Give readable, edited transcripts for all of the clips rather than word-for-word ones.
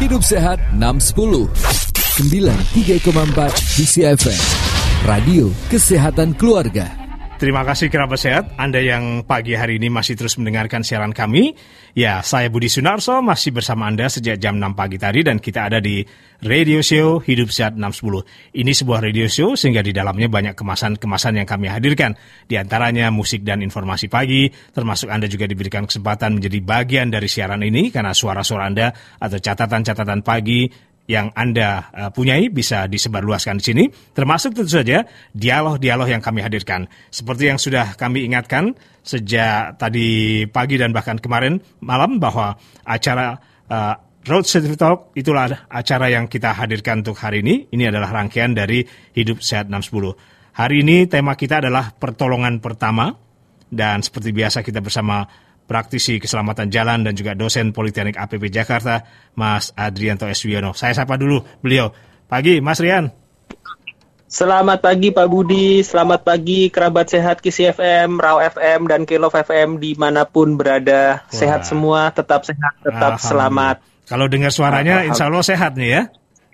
Hidup Sehat 610 93,4 DCFM Radio Kesehatan Keluarga. Terima kasih kerabat sehat, Anda yang pagi hari ini masih terus mendengarkan siaran kami. Ya, saya Budi Sunarso masih bersama Anda sejak jam 6 pagi tadi dan kita ada di Radio Show Hidup Sehat 610. Ini sebuah radio show sehingga di dalamnya banyak kemasan-kemasan yang kami hadirkan. Di antaranya musik dan informasi pagi, termasuk Anda juga diberikan kesempatan menjadi bagian dari siaran ini karena suara-suara Anda atau catatan-catatan pagi yang Anda punyai bisa disebarluaskan di sini, termasuk tentu saja dialog-dialog yang kami hadirkan. Seperti yang sudah kami ingatkan sejak tadi pagi dan bahkan kemarin malam bahwa acara Road Safety Talk itulah acara yang kita hadirkan untuk hari ini. Ini adalah rangkaian dari Hidup Sehat 610. Hari ini tema kita adalah pertolongan pertama dan seperti biasa kita bersama praktisi keselamatan jalan dan juga dosen Politeknik APP Jakarta, Mas Adrianto S. Wiono. Saya sapa dulu beliau. Pagi, Mas Rian. Selamat pagi Pak Budi, selamat pagi kerabat sehat KISI FM, Rau FM, dan Kilov FM dimanapun berada. Wah. Sehat semua, tetap sehat, tetap selamat. Kalau dengar suaranya, insya Allah sehat nih ya?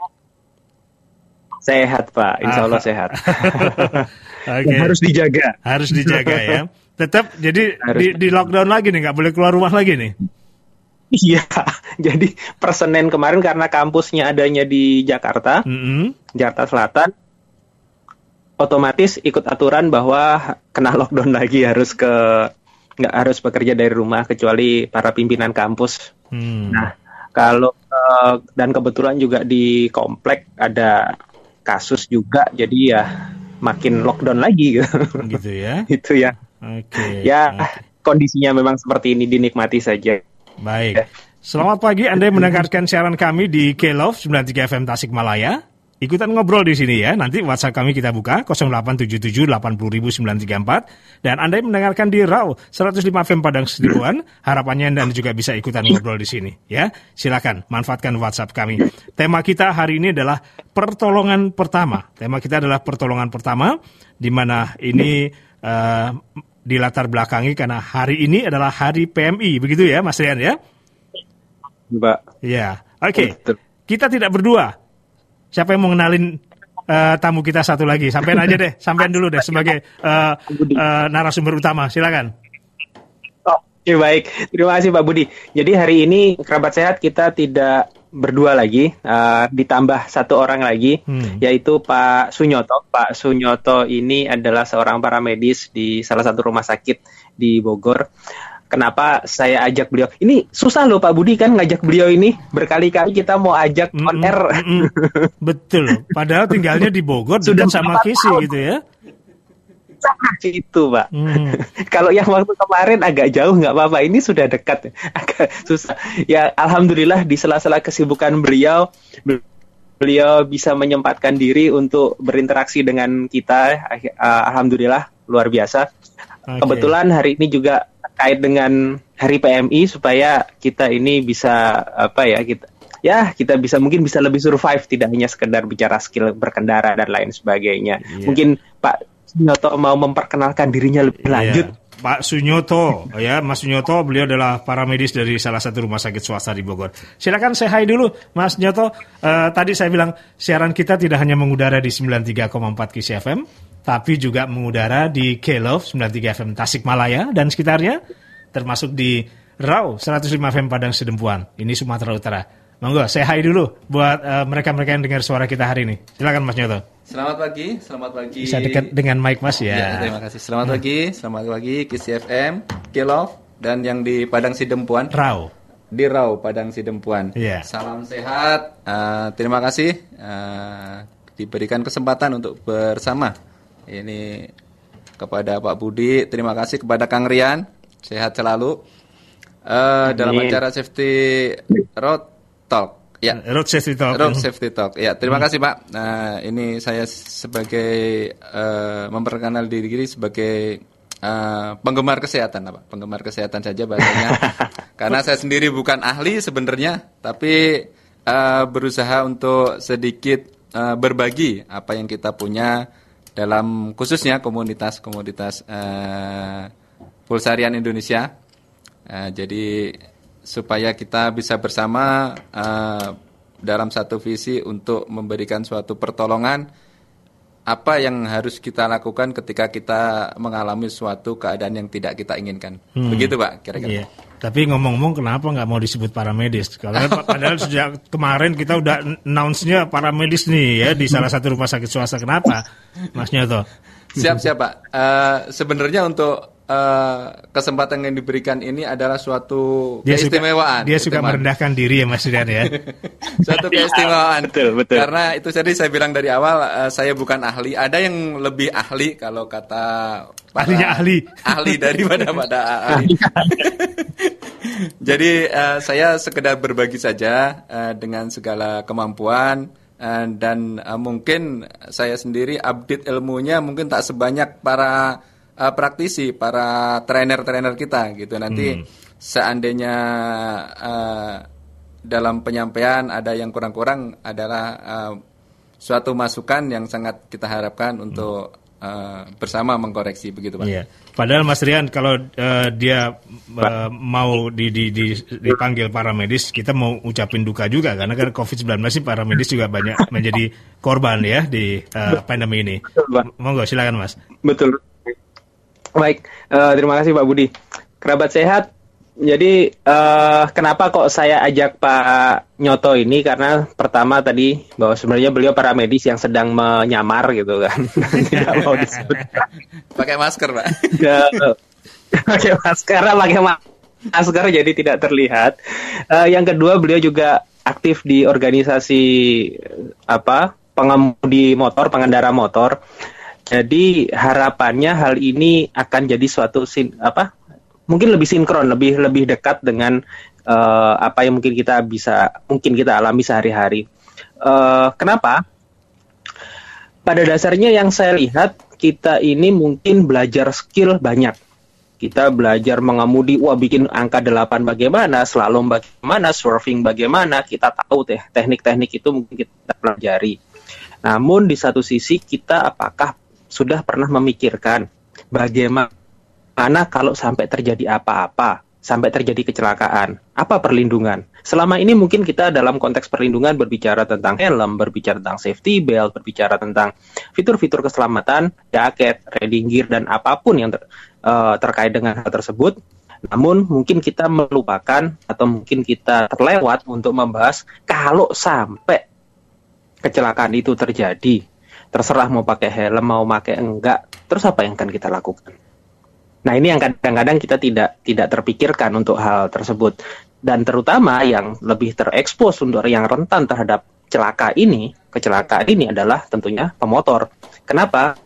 Sehat Pak, insya Allah sehat. Okay. Harus dijaga. Harus dijaga ya. Tetap jadi di lockdown lagi nih, nggak boleh keluar rumah lagi nih. Iya, jadi per Senin kemarin karena kampusnya adanya di Jakarta, Jakarta Selatan, otomatis ikut aturan bahwa kena lockdown lagi, nggak harus bekerja dari rumah kecuali para pimpinan kampus. Nah, kalau dan kebetulan juga di komplek ada kasus juga, jadi ya makin lockdown lagi gitu ya. Itu ya. Oke. Kondisinya memang seperti ini, dinikmati saja. Baik. Selamat pagi, Anda yang mendengarkan siaran kami di Kilov 93 FM Tasikmalaya. Ikutan ngobrol di sini ya. Nanti WhatsApp kami kita buka 0877 80934 dan Anda yang mendengarkan di RAW 105 FM Padang Sidempuan. Harapannya Anda juga bisa ikutan ngobrol di sini ya. Silakan manfaatkan WhatsApp kami. Tema kita hari ini adalah pertolongan pertama. Tema kita adalah pertolongan pertama di mana ini di latar belakangi karena hari ini adalah hari PMI, begitu ya Mas Rian ya? Mbak. Ya, oke. Kita tidak berdua. Siapa yang mau ngenalin tamu kita satu lagi? Sampean aja deh, sampean dulu deh sebagai narasumber utama. Silakan. Oke, baik. Terima kasih Pak Budi. Jadi hari ini kerabat sehat kita tidak berdua lagi, ditambah satu orang lagi, yaitu Pak Sunyoto. Pak Sunyoto ini adalah seorang paramedis di salah satu rumah sakit di Bogor. Kenapa saya ajak beliau? Ini susah loh Pak Budi kan ngajak beliau ini. Berkali-kali kita mau ajak on air. Betul. Padahal tinggalnya di Bogor sudah sama KISI gitu ya. Itu Pak. Kalau yang waktu kemarin agak jauh nggak apa-apa, ini sudah dekat, agak susah. Ya alhamdulillah di sela-sela kesibukan beliau bisa menyempatkan diri untuk berinteraksi dengan kita. Alhamdulillah luar biasa. Okay. Kebetulan hari ini juga terkait dengan hari PMI supaya kita ini bisa kita bisa mungkin bisa lebih survive, tidak hanya sekedar bicara skill berkendara dan lain sebagainya. Yeah. Mungkin Pak Sunyoto mau memperkenalkan dirinya lebih lanjut. Pak Sunyoto, ya Mas Sunyoto, beliau adalah paramedis dari salah satu rumah sakit swasta di Bogor. Silakan say hi dulu, Mas Sunyoto. Tadi saya bilang siaran kita tidak hanya mengudara di 93,4 KISI FM, tapi juga mengudara di Kilov 93 FM Tasikmalaya dan sekitarnya, termasuk di RAW 105 FM Padang Sidempuan. Ini Sumatera Utara. Monggo, say hi dulu buat mereka-mereka yang dengar suara kita hari ini. Silakan Mas Sunyoto. Selamat pagi. Bisa dekat dengan mic Mas ya. Ya, terima kasih. Selamat pagi KISI FM, Kilov, dan yang di Padang Sidempuan. Di RAW Padang Sidempuan. Yeah. Salam sehat. Terima kasih diberikan kesempatan untuk bersama. Ini kepada Pak Budi, terima kasih kepada Kang Rian. Sehat selalu. Dalam acara Safety Road Talk. Ya, Road Safety Talk. Road Safety Talk. Ya, terima kasih Pak. Nah, ini saya sebagai memperkenalkan diri sebagai penggemar kesehatan, Pak. Penggemar kesehatan saja bahasanya. Karena saya sendiri bukan ahli sebenarnya, tapi berusaha untuk sedikit berbagi apa yang kita punya dalam khususnya komunitas Pulsarian Indonesia. Jadi supaya kita bisa bersama dalam satu visi untuk memberikan suatu pertolongan, apa yang harus kita lakukan ketika kita mengalami suatu keadaan yang tidak kita inginkan. Begitu Pak, kira-kira. Iya. Tapi ngomong-ngomong, kenapa nggak mau disebut paramedis? Padahal sejak kemarin kita udah announce-nya paramedis nih ya di salah satu rumah sakit swasta. Kenapa, Mas Nyoto? Siap Pak. Sebenarnya untuk kesempatan yang diberikan ini adalah suatu keistimewaan. Dia suka merendahkan diri ya Mas Rian ya. Suatu keistimewaan. Betul. Karena itu tadi saya bilang dari awal, saya bukan ahli. Ada yang lebih ahli kalau kata ahlinya ahli daripada ahli. Jadi saya sekedar berbagi saja dengan segala kemampuan. Dan mungkin saya sendiri update ilmunya mungkin tak sebanyak para praktisi, para trainer kita gitu. Nanti seandainya dalam penyampaian ada yang kurang-kurang adalah suatu masukan yang sangat kita harapkan untuk bersama mengkoreksi, begitu Pak. Iya. Padahal Mas Rian kalau dia mau dipanggil paramedis, kita mau ucapin duka juga karena kan COVID-19 sih paramedis juga banyak menjadi korban ya di pandemi ini. Monggo silakan Mas. Betul. Baik, terima kasih Pak Budi. Kerabat sehat. Jadi kenapa kok saya ajak Pak Nyoto ini? Karena pertama tadi bahwa sebenarnya beliau paramedis yang sedang menyamar gitu kan. Tidak mau disebut. Pakai masker Pak. Pakai masker jadi tidak terlihat. Yang kedua beliau juga aktif di organisasi pengemudi motor, pengendara motor. Jadi harapannya hal ini akan jadi suatu mungkin lebih sinkron, lebih dekat dengan apa yang mungkin kita alami sehari-hari. Kenapa? Pada dasarnya yang saya lihat kita ini mungkin belajar skill banyak. Kita belajar mengemudi, bikin angka 8 bagaimana, slalom bagaimana, surfing bagaimana, kita tahu teknik-teknik itu mungkin kita pelajari. Namun di satu sisi kita apakah sudah pernah memikirkan bagaimana kalau sampai terjadi apa-apa, sampai terjadi kecelakaan, apa perlindungan? Selama ini mungkin kita dalam konteks perlindungan berbicara tentang helm, berbicara tentang safety belt, berbicara tentang fitur-fitur keselamatan, jaket, riding gear, dan apapun yang terkait dengan hal tersebut. Namun mungkin kita melupakan atau mungkin kita terlewat untuk membahas kalau sampai kecelakaan itu terjadi. Terserah mau pakai helm, mau pakai enggak, terus apa yang akan kita lakukan? Nah ini yang kadang-kadang kita tidak terpikirkan untuk hal tersebut. Dan terutama yang lebih terekspos untuk yang rentan terhadap kecelakaan ini adalah tentunya pemotor. Kenapa?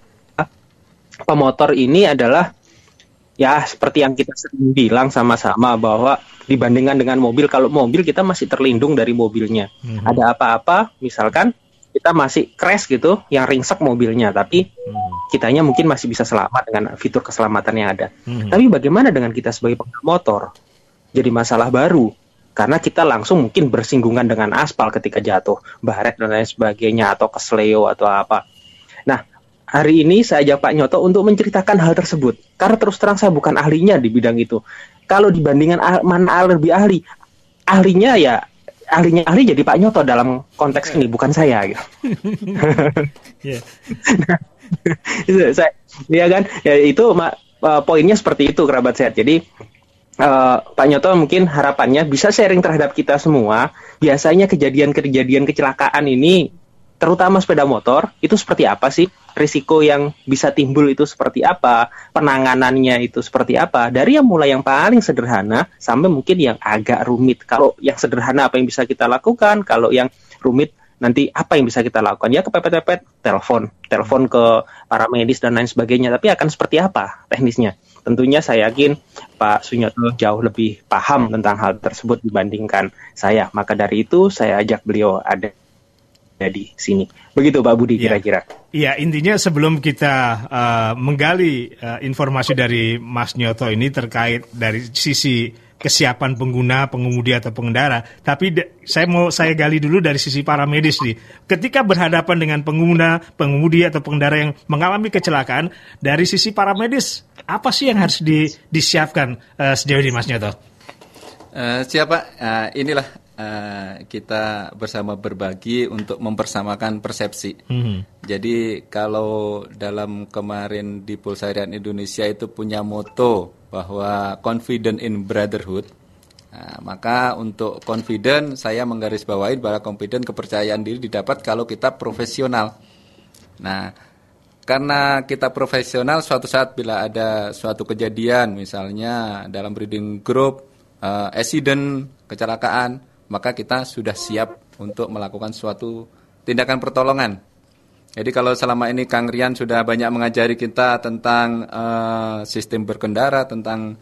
Pemotor ini adalah ya seperti yang kita sering bilang sama-sama bahwa dibandingkan dengan mobil, kalau mobil kita masih terlindung dari mobilnya. Ada apa-apa misalkan kita masih crash gitu, yang ringsek mobilnya, tapi kitanya mungkin masih bisa selamat dengan fitur keselamatan yang ada. Tapi bagaimana dengan kita sebagai pengendara motor? Jadi masalah baru, karena kita langsung mungkin bersinggungan dengan aspal ketika jatuh, baret dan lain sebagainya, atau kesleo atau apa. Nah, hari ini saya ajak Pak Nyoto untuk menceritakan hal tersebut, karena terus terang saya bukan ahlinya di bidang itu. Kalau dibandingkan mana lebih ahlinya jadi Pak Nyoto dalam konteks ini, bukan saya gitu. Ya kan? Ya itu poinnya seperti itu kerabat sehat. Jadi Pak Nyoto mungkin harapannya bisa sharing terhadap kita semua. Biasanya kejadian kecelakaan ini, terutama sepeda motor, itu seperti apa sih? Risiko yang bisa timbul itu seperti apa? Penanganannya itu seperti apa? Dari yang paling sederhana sampai mungkin yang agak rumit. Kalau yang sederhana apa yang bisa kita lakukan? Kalau yang rumit nanti apa yang bisa kita lakukan? Ya kepepet-pepet, telepon ke para medis dan lain sebagainya. Tapi akan seperti apa teknisnya? Tentunya saya yakin Pak Sunyoto jauh lebih paham tentang hal tersebut dibandingkan saya. Maka dari itu saya ajak beliau ada di sini. Begitu Pak Budi kira-kira. Iya, intinya sebelum kita menggali informasi dari Mas Nyoto ini terkait dari sisi kesiapan pengemudi atau pengendara, tapi saya gali dulu dari sisi paramedis nih. Ketika berhadapan dengan pengemudi atau pengendara yang mengalami kecelakaan, dari sisi paramedis apa sih yang harus disiapkan sejauh ini Mas Nyoto? Siapa? Inilah kita bersama berbagi untuk mempersamakan persepsi. Jadi kalau dalam kemarin di Pulsa Harian Indonesia itu punya moto bahwa confident in brotherhood. Nah, maka untuk confident saya menggarisbawahi bahwa confident kepercayaan diri didapat kalau kita profesional. Nah, karena kita profesional, suatu saat bila ada suatu kejadian, misalnya dalam breeding group, accident, kecelakaan, maka kita sudah siap untuk melakukan suatu tindakan pertolongan. Jadi kalau selama ini Kang Rian sudah banyak mengajari kita tentang sistem berkendara, tentang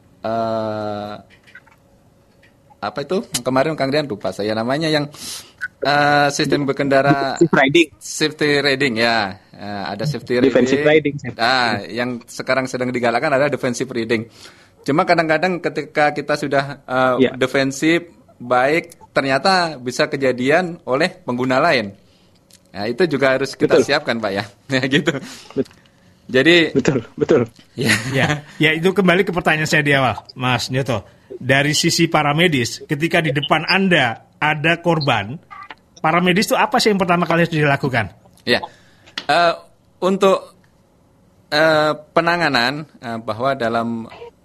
apa itu kemarin Kang Rian lupa saya namanya yang sistem berkendara safety riding ya, ada safety riding, defensive riding. Yang sekarang sedang digalakkan adalah defensive riding. Cuma kadang-kadang ketika kita sudah defensif baik, ternyata bisa kejadian oleh pengguna lain. Nah, itu juga harus kita siapkan, Pak ya. Ya gitu. Jadi betul. Ya, itu kembali ke pertanyaan saya di awal, Mas Nyoto. Dari sisi paramedis, ketika di depan Anda ada korban, paramedis itu apa sih yang pertama kali harus dilakukan? Ya, untuk penanganan bahwa dalam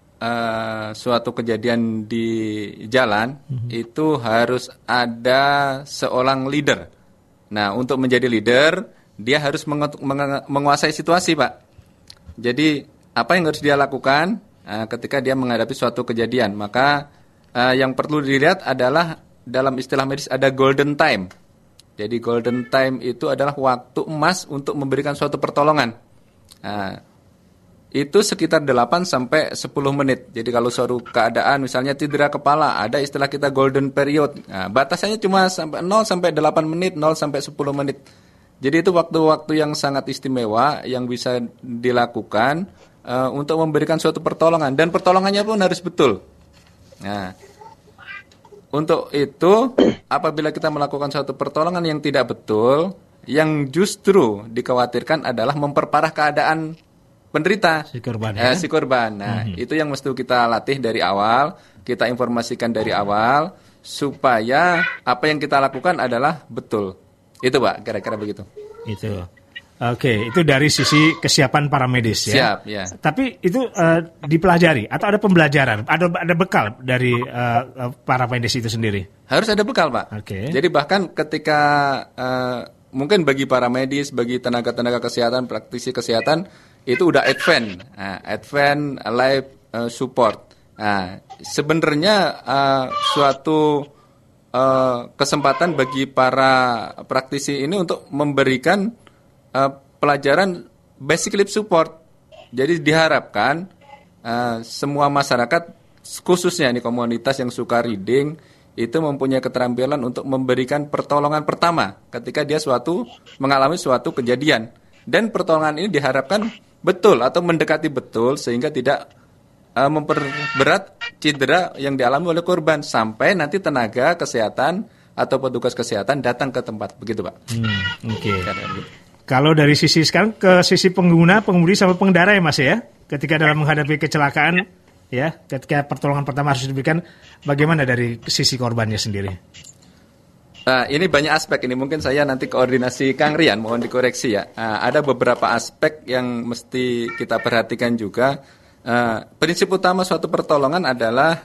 suatu kejadian di jalan itu harus ada seorang leader. Nah, untuk menjadi leader, dia harus menguasai situasi, Pak. Jadi, apa yang harus dia lakukan ketika dia menghadapi suatu kejadian? Maka yang perlu dilihat adalah dalam istilah medis ada golden time. Jadi golden time itu adalah waktu emas untuk memberikan suatu pertolongan. Nah, itu sekitar 8 sampai 10 menit. Jadi kalau suatu keadaan misalnya cedera kepala, ada istilah kita golden period. Nah, batasannya cuma sampai 0 sampai 8 menit, 0 sampai 10 menit. Jadi itu waktu-waktu yang sangat istimewa yang bisa dilakukan untuk memberikan suatu pertolongan, dan pertolongannya pun harus betul. Nah, untuk itu apabila kita melakukan suatu pertolongan yang tidak betul, yang justru dikhawatirkan adalah memperparah keadaan penderita, si korban. Nah, itu yang mesti kita latih dari awal, kita informasikan dari awal supaya apa yang kita lakukan adalah betul. Itu, Pak, kira-kira begitu. Itu. Oke, itu dari sisi kesiapan paramedis ya. Siap, ya. Tapi itu dipelajari atau ada pembelajaran, ada bekal dari paramedis itu sendiri? Harus ada bekal, Pak. Oke. Jadi bahkan ketika mungkin bagi paramedis, bagi tenaga-tenaga kesehatan, praktisi kesehatan, itu udah advance life support. Nah, sebenarnya suatu kesempatan bagi para praktisi ini untuk memberikan pelajaran basic life support. Jadi diharapkan semua masyarakat, khususnya di komunitas yang suka reading, itu mempunyai keterampilan untuk memberikan pertolongan pertama ketika dia mengalami suatu kejadian. Dan pertolongan ini diharapkan betul atau mendekati betul sehingga tidak memperberat cedera yang dialami oleh korban sampai nanti tenaga kesehatan atau petugas kesehatan datang ke tempat, begitu, Pak. Oke. Kalau dari sisi sekarang ke sisi pengemudi sama pengendara ya, Mas ya, ketika dalam menghadapi kecelakaan ya, ketika pertolongan pertama harus diberikan, bagaimana dari sisi korbannya sendiri? Nah, ini banyak aspek, ini mungkin saya nanti koordinasi Kang Rian, mohon dikoreksi ya. Ada beberapa aspek yang mesti kita perhatikan juga. Prinsip utama suatu pertolongan adalah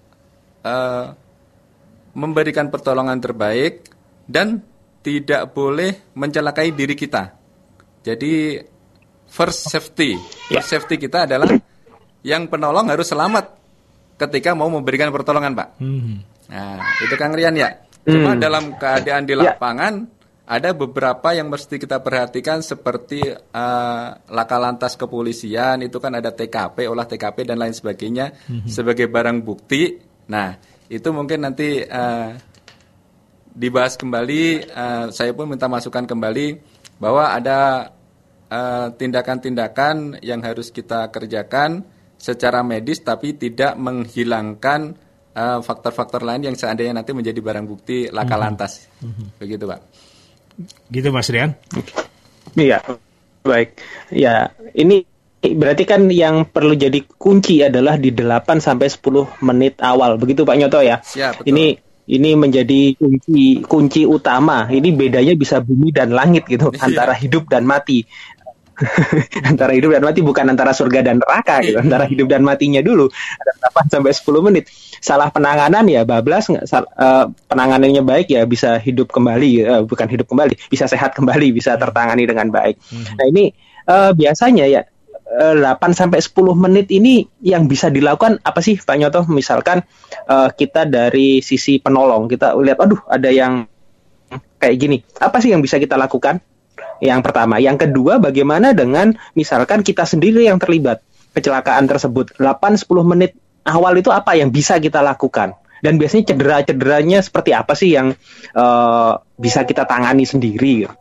memberikan pertolongan terbaik dan tidak boleh mencelakai diri kita. Jadi first safety kita adalah yang penolong harus selamat ketika mau memberikan pertolongan, Pak. Nah, itu Kang Rian ya. Cuma dalam keadaan di lapangan ada beberapa yang mesti kita perhatikan seperti laka lantas kepolisian, itu kan ada TKP, olah TKP dan lain sebagainya sebagai barang bukti. Nah, itu mungkin nanti dibahas kembali, saya pun minta masukan kembali bahwa ada tindakan-tindakan yang harus kita kerjakan secara medis tapi tidak menghilangkan faktor-faktor lain yang seandainya nanti menjadi barang bukti laka lantas. Begitu, Pak. Gitu, Mas Rian? Iya, baik. Ya, ini berarti kan yang perlu jadi kunci adalah di 8 sampai 10 menit awal. Begitu, Pak Nyoto ya? Siap, betul. Ini Ini menjadi kunci utama. Ini bedanya bisa bumi dan langit gitu, antara hidup dan mati. Antara hidup dan mati, bukan antara surga dan neraka gitu. Antara hidup dan matinya dulu. Ada 8 sampai 10 menit. Salah penanganan ya bablas, penanganannya baik ya bisa hidup kembali, bukan hidup kembali, bisa sehat kembali, bisa tertangani dengan baik. Nah, ini biasanya ya 8 sampai 10 menit ini yang bisa dilakukan apa sih Pak Nyoto? Misalkan kita dari sisi penolong, kita lihat aduh ada yang kayak gini. Apa sih yang bisa kita lakukan? Yang pertama, yang kedua bagaimana dengan misalkan kita sendiri yang terlibat kecelakaan tersebut. 8-10 menit awal itu apa yang bisa kita lakukan? Dan biasanya cederanya seperti apa sih yang bisa kita tangani sendiri?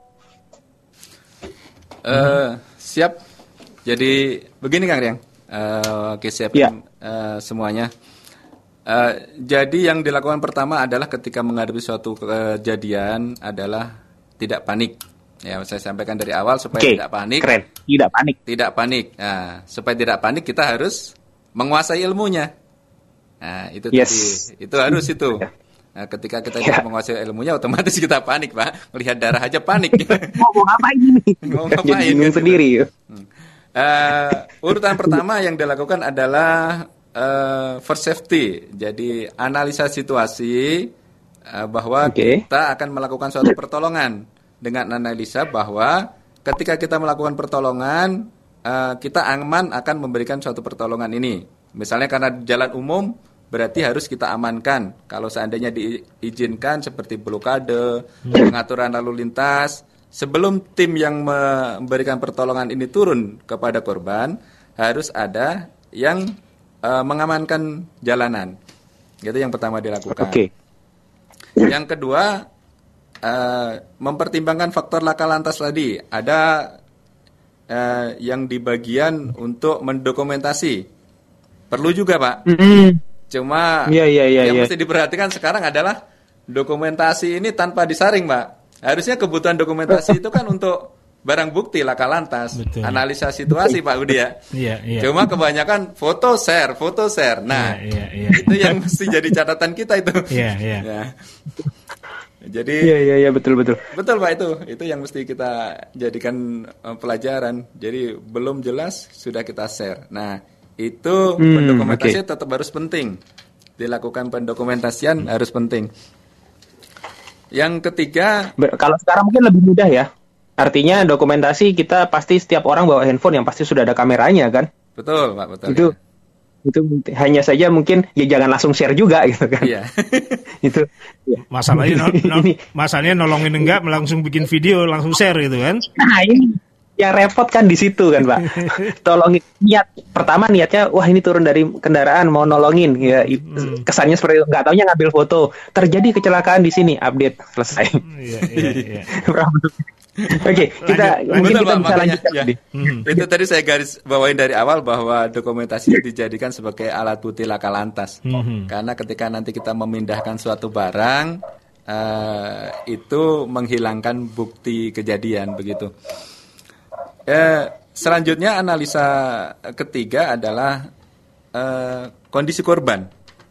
Siap. Jadi begini Kang Riang, oke siap semuanya. Jadi yang dilakukan pertama adalah ketika menghadapi suatu kejadian adalah tidak panik. Ya, saya sampaikan dari awal supaya tidak panik. Keren. Tidak panik. Tidak panik. Nah, supaya tidak panik kita harus menguasai ilmunya. Nah, itu tadi. Itu harus itu. Nah, ketika kita tidak menguasai ilmunya, otomatis kita panik, Pak. Melihat darah aja panik. Mau ngapain ini? Mau ngapain? Bingung sendiri. Urutan pertama yang dilakukan adalah first safety. Jadi analisa situasi bahwa kita akan melakukan suatu pertolongan dengan analisa bahwa ketika kita melakukan pertolongan kita aman akan memberikan suatu pertolongan ini. Misalnya karena jalan umum berarti harus kita amankan. Kalau seandainya diizinkan seperti blokade, pengaturan lalu lintas. Sebelum tim yang memberikan pertolongan ini turun kepada korban, harus ada yang mengamankan jalanan. Itu yang pertama dilakukan. Yang kedua, mempertimbangkan faktor laka lantas tadi. Ada yang di bagian untuk mendokumentasi. Perlu juga, Pak. Cuma yang mesti diperhatikan sekarang adalah dokumentasi ini tanpa disaring, Pak. Harusnya kebutuhan dokumentasi itu kan untuk barang bukti laka lantas, analisa situasi Pak Budi ya. Cuma kebanyakan foto share. Nah, itu yang mesti jadi catatan kita itu. Ya. Jadi betul. Betul Pak, itu yang mesti kita jadikan pelajaran. Jadi belum jelas sudah kita share. Nah, itu pendokumentasian tetap harus penting. Dilakukan pendokumentasian harus penting. Yang ketiga, kalau sekarang mungkin lebih mudah ya. Artinya dokumentasi kita pasti setiap orang bawa handphone yang pasti sudah ada kameranya kan. Betul Pak, betul. Itu hanya saja mungkin ya jangan langsung share juga gitu kan. Iya. Itu ya. Masalahnya nolongin enggak langsung bikin video langsung share gitu kan. Nah, ini yang repot kan di situ kan Pak. Tolongin pertama niatnya wah ini turun dari kendaraan mau nolongin ya, kesannya seperti nggak taunya ngambil foto, terjadi kecelakaan di sini, update selesai. Oke, kita bisa lanjutkan. Itu tadi saya garis bawain dari awal bahwa dokumentasi dijadikan sebagai alat bukti laka lantas. Karena ketika nanti kita memindahkan suatu barang itu menghilangkan bukti kejadian begitu. Selanjutnya analisa ketiga adalah kondisi korban.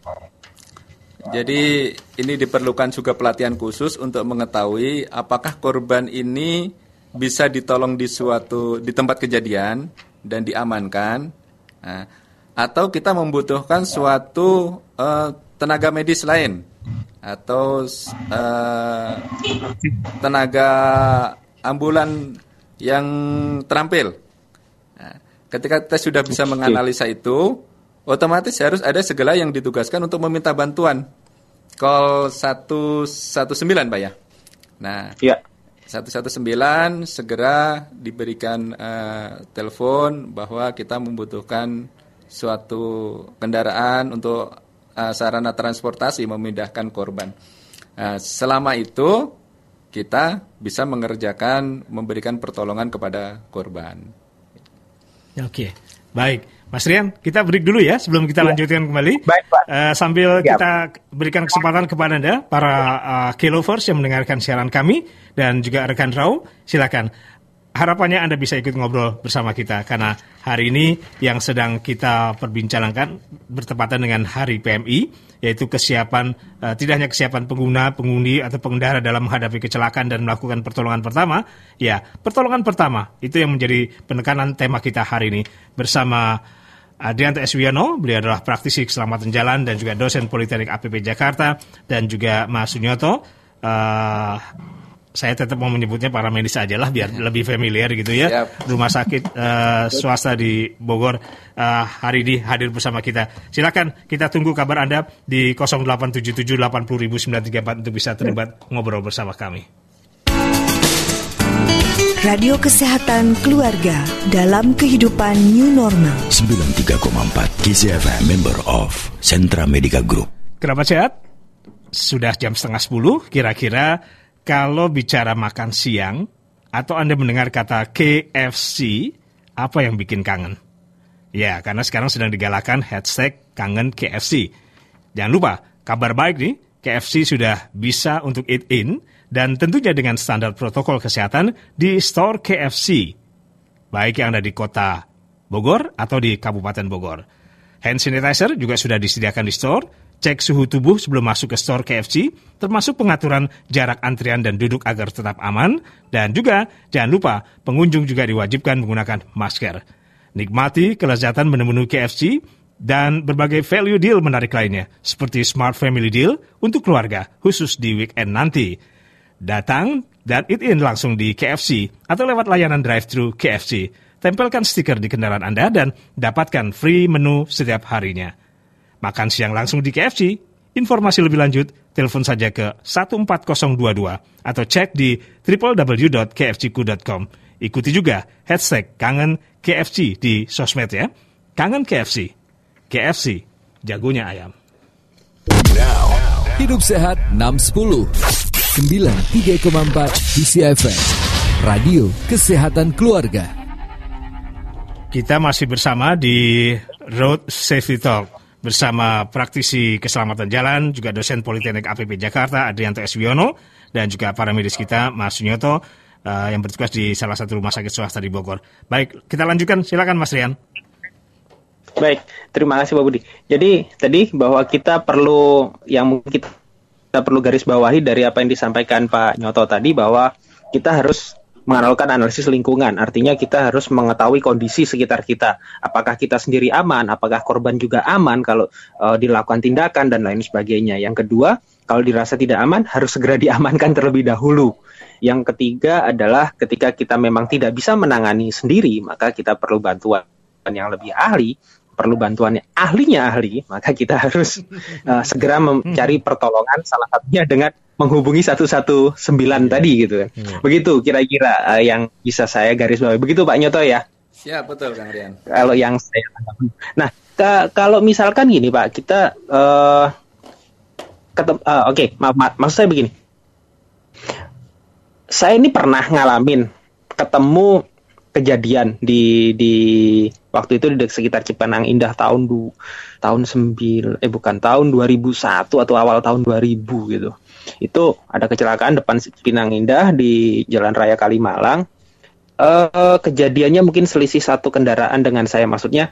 Jadi ini diperlukan juga pelatihan khusus untuk mengetahui apakah korban ini bisa ditolong di tempat kejadian dan diamankan, atau kita membutuhkan suatu tenaga medis lain atau tenaga ambulan yang terampil. Nah, ketika kita sudah bisa menganalisa itu, otomatis harus ada segala yang ditugaskan untuk meminta bantuan. Call 119 Pak ya. Nah, 119 segera diberikan telepon bahwa kita membutuhkan suatu kendaraan untuk sarana transportasi memindahkan korban. Nah, selama itu kita bisa memberikan pertolongan kepada korban. Oke, baik. Mas Rian, kita break dulu ya sebelum kita lanjutkan kembali. Baik, Pak. Sambil kita berikan kesempatan kepada Anda, para K-Lovers yang mendengarkan siaran kami, dan juga rekan Raul, silakan. harapannya Anda bisa ikut ngobrol bersama kita karena hari ini yang sedang kita perbincangkan bertepatan dengan Hari PMI, yaitu kesiapan tidak hanya kesiapan pengemudi atau pengendara dalam menghadapi kecelakaan dan melakukan pertolongan pertama. Ya, pertolongan pertama itu yang menjadi penekanan tema kita hari ini bersama Adrianto S. Wiono. Beliau adalah praktisi keselamatan jalan dan juga dosen Politeknik APP Jakarta, dan juga Mas Sunyoto. Saya tetap mau menyebutnya para medis aja lah biar lebih familiar gitu ya. Yep. Rumah sakit swasta di Bogor hari ini hadir bersama kita. Silakan kita tunggu kabar Anda di 0877 80.934 untuk bisa terlibat ngobrol bersama kami. Radio Kesehatan Keluarga dalam kehidupan new normal. 93,4 KZFM, member of Sentra Medica Group. Kerabat sehat, sudah jam 9:30 kira-kira. Kalau bicara makan siang, atau Anda mendengar kata KFC, apa yang bikin kangen? Ya, karena sekarang sedang digalakan hashtag kangen KFC. Jangan lupa, kabar baik nih, KFC sudah bisa untuk eat in, dan tentunya dengan standar protokol kesehatan di store KFC, baik yang ada di kota Bogor atau di Kabupaten Bogor. Hand sanitizer juga sudah disediakan di store. Cek suhu tubuh sebelum masuk ke store KFC, termasuk pengaturan jarak antrian dan duduk agar tetap aman. Dan juga, jangan lupa, pengunjung juga diwajibkan menggunakan masker. Nikmati kelezatan menu-menu KFC dan berbagai value deal menarik lainnya, seperti Smart Family Deal untuk keluarga, khusus di weekend nanti. Datang dan eat in langsung di KFC atau lewat layanan drive-thru KFC. Tempelkan stiker di kendaraan Anda dan dapatkan free menu setiap harinya. Makan siang langsung di KFC. Informasi lebih lanjut, telepon saja ke 14022 atau cek di www.kfcku.com. Ikuti juga hashtag kangen KFC di sosmed ya. Kangen KFC. KFC, jagonya ayam. Hidup Sehat 610 93,4 DCFM, Radio Kesehatan Keluarga. Kita masih bersama di Road Safety Talk bersama praktisi keselamatan jalan, juga dosen Politeknik APP Jakarta, Adrianto S. Wiono, dan juga para medis kita, Mas Sunyoto, yang bertugas di salah satu rumah sakit swasta di Bogor. Baik, kita lanjutkan. Silakan Mas Rian. Baik, terima kasih Pak Budi. Jadi tadi bahwa kita perlu garis bawahi dari apa yang disampaikan Pak Nyoto tadi, bahwa kita harus melakukan analisis lingkungan. Artinya kita harus mengetahui kondisi sekitar kita. Apakah kita sendiri aman, apakah korban juga aman kalau dilakukan tindakan dan lain sebagainya. Yang kedua, kalau dirasa tidak aman, harus segera diamankan terlebih dahulu. Yang ketiga adalah ketika kita memang tidak bisa menangani sendiri, maka kita perlu bantuan yang lebih ahli, perlu bantuan ahlinya ahli, maka kita harus segera mencari pertolongan, salah satunya dengan menghubungi 119 tadi gitu kan. Begitu kira-kira yang bisa saya garis bawahi. Begitu Pak Nyoto ya? Siap, betul Kang Rian. Kalau yang saya tanggapi. Nah, kalau misalkan gini Pak, kita maksud saya begini. Saya ini pernah ngalamin ketemu kejadian di waktu itu di sekitar Cipanang Indah tahun 2001 atau awal tahun 2000 gitu. Itu ada kecelakaan depan Pinang Indah di Jalan Raya Kalimalang. Kejadiannya mungkin selisih satu kendaraan dengan saya. Maksudnya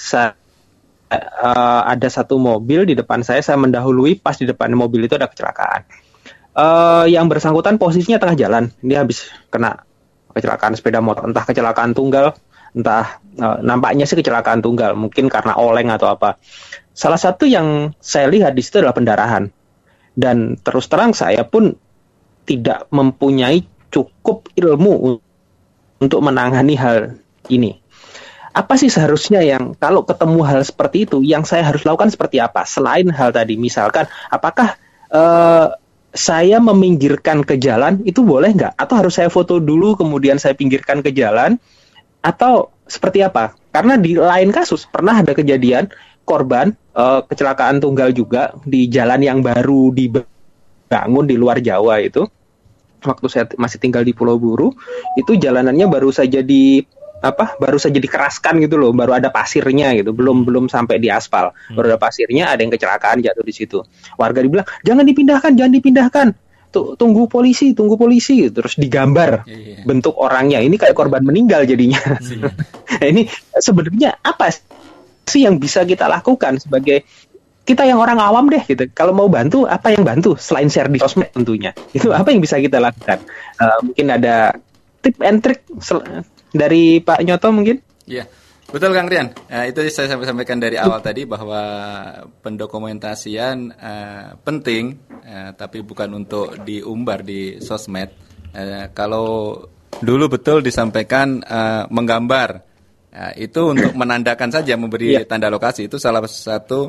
ada satu mobil di depan saya mendahului, pas di depan mobil itu ada kecelakaan. Yang bersangkutan posisinya tengah jalan. Dia habis kena kecelakaan sepeda motor, entah kecelakaan tunggal, entah nampaknya sih kecelakaan tunggal, mungkin karena oleng atau apa. Salah satu yang saya lihat di situ adalah pendarahan. Dan terus terang saya pun tidak mempunyai cukup ilmu untuk menangani hal ini. Apa sih seharusnya yang kalau ketemu hal seperti itu, yang saya harus lakukan seperti apa? Selain hal tadi, misalkan apakah saya meminggirkan ke jalan, itu boleh nggak? Atau harus saya foto dulu kemudian saya pinggirkan ke jalan? Atau seperti apa? Karena di lain kasus pernah ada kejadian korban kecelakaan tunggal juga di jalan yang baru dibangun di luar Jawa itu. Waktu saya masih tinggal di Pulau Buru, itu jalanannya baru saja dikeraskan gitu loh, baru ada pasirnya gitu, belum sampai di aspal, baru ada pasirnya, ada yang kecelakaan jatuh di situ. Warga dibilang jangan dipindahkan. tunggu polisi, terus digambar bentuk orangnya. Ini kayak korban meninggal jadinya. Ini sebenarnya apa sih yang bisa kita lakukan sebagai kita yang orang awam deh gitu. Kalau mau bantu, apa yang bantu selain share di sosmed tentunya. Itu apa yang bisa kita lakukan? Mungkin ada tip and trick dari Pak Nyoto mungkin? Iya. Betul Kang Rian. Itu saya sampaikan dari awal tadi bahwa pendokumentasian penting, tapi bukan untuk diumbar di sosmed. Kalau dulu betul disampaikan menggambar, itu untuk menandakan saja, memberi tanda lokasi, itu salah satu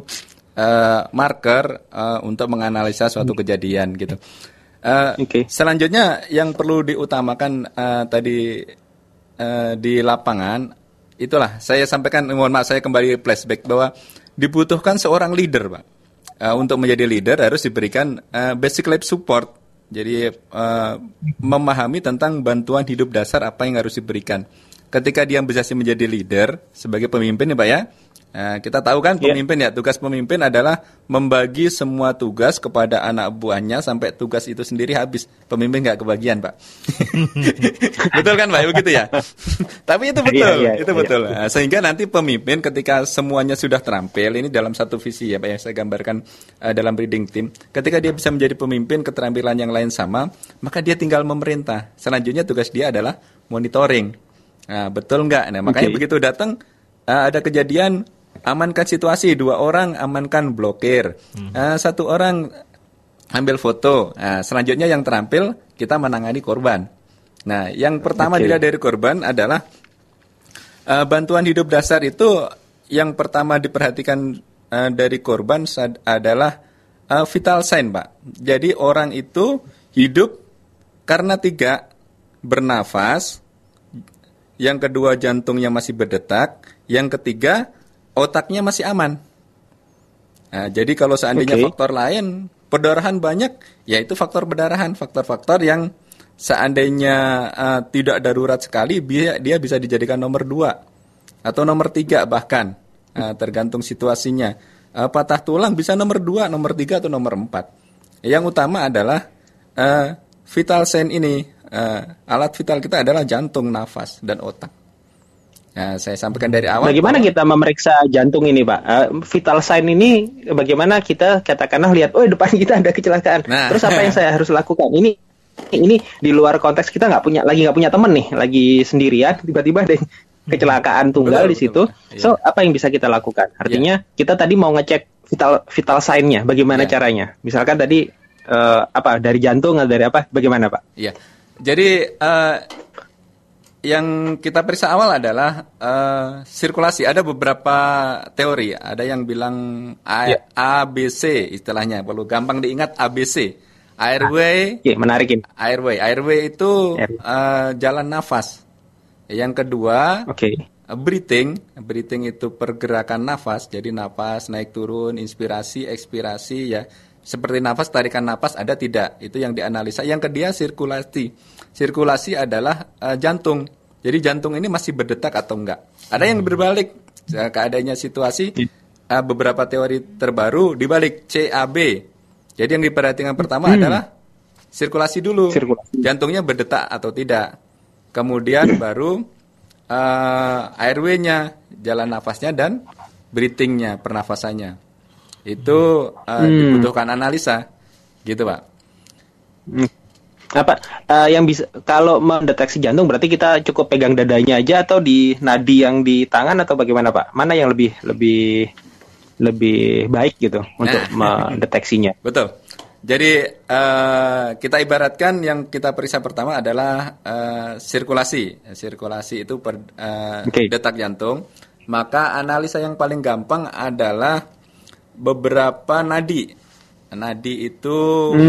marker untuk menganalisa suatu kejadian gitu. Selanjutnya yang perlu diutamakan tadi di lapangan, itulah saya sampaikan, mohon maaf saya kembali flashback bahwa dibutuhkan seorang leader, Pak. Untuk menjadi leader harus diberikan basic life support. Jadi memahami tentang bantuan hidup dasar apa yang harus diberikan. Ketika dia bisa menjadi leader sebagai pemimpin ya Pak ya. Kita tahu kan pemimpin ya, tugas pemimpin adalah membagi semua tugas kepada anak buahnya sampai tugas itu sendiri habis. Pemimpin nggak kebagian Pak. Betul kan Pak, begitu ya. Tapi itu betul, itu betul. Nah, sehingga nanti pemimpin ketika semuanya sudah terampil, ini dalam satu visi ya Pak yang saya gambarkan dalam reading team. Ketika dia bisa menjadi pemimpin, keterampilan yang lain sama, maka dia tinggal memerintah. Selanjutnya tugas dia adalah monitoring. Nah, betul nggak? Nah, makanya begitu datang ada kejadian, amankan situasi, 2 orang amankan blokir, 1 orang ambil foto. Nah, selanjutnya yang terampil kita menangani korban. Nah, yang pertama dilihat dari korban adalah bantuan hidup dasar itu yang pertama diperhatikan dari korban adalah vital sign, Pak. Jadi orang itu hidup karena 3, bernafas, yang kedua jantungnya masih berdetak, yang ketiga otaknya masih aman. Nah, jadi kalau seandainya faktor lain, perdarahan banyak, yaitu faktor perdarahan, faktor-faktor yang seandainya tidak darurat sekali, dia bisa dijadikan nomor 2 atau nomor 3 bahkan, tergantung situasinya. Patah tulang bisa nomor 2, nomor 3 atau nomor 4. Yang utama adalah vital sign ini. Alat vital kita adalah jantung, nafas, dan otak. Nah, saya sampaikan dari awal. Bagaimana kita memeriksa jantung ini, Pak? Vital sign ini bagaimana kita katakanlah lihat, oh depan kita ada kecelakaan. Nah. Terus apa yang saya harus lakukan? Ini di luar konteks kita nggak punya teman nih, lagi sendirian, tiba-tiba ada kecelakaan tunggal di situ. So apa yang bisa kita lakukan? Artinya kita tadi mau ngecek vital sign-nya, bagaimana caranya? Misalkan tadi dari jantung atau dari apa? Bagaimana, Pak? Iya. Jadi yang kita periksa awal adalah sirkulasi. Ada beberapa teori. Ada yang bilang ABC istilahnya. Perlu gampang diingat ABC. Airway. Menarikin. Airway itu jalan nafas. Yang kedua breathing. Breathing itu pergerakan nafas. Jadi nafas naik turun, inspirasi, ekspirasi ya. Seperti nafas, tarikan nafas ada tidak, itu yang dianalisa. Yang kedua sirkulasi. Sirkulasi adalah jantung. Jadi jantung ini masih berdetak atau enggak. Ada yang berbalik, keadaannya situasi, beberapa teori terbaru dibalik CAB. Jadi yang diperhatikan pertama adalah sirkulasi dulu. Jantungnya berdetak atau tidak. Kemudian baru airway-nya, jalan nafasnya, dan breathing-nya, pernafasannya. Itu dibutuhkan analisa, gitu Pak. Apa yang bisa kalau mendeteksi jantung berarti kita cukup pegang dadanya aja atau di nadi yang di tangan atau bagaimana Pak? Mana yang lebih baik gitu untuk mendeteksinya? Betul. Jadi kita ibaratkan yang kita periksa pertama adalah sirkulasi. Sirkulasi itu detak jantung. Maka analisa yang paling gampang adalah beberapa nadi. Nadi itu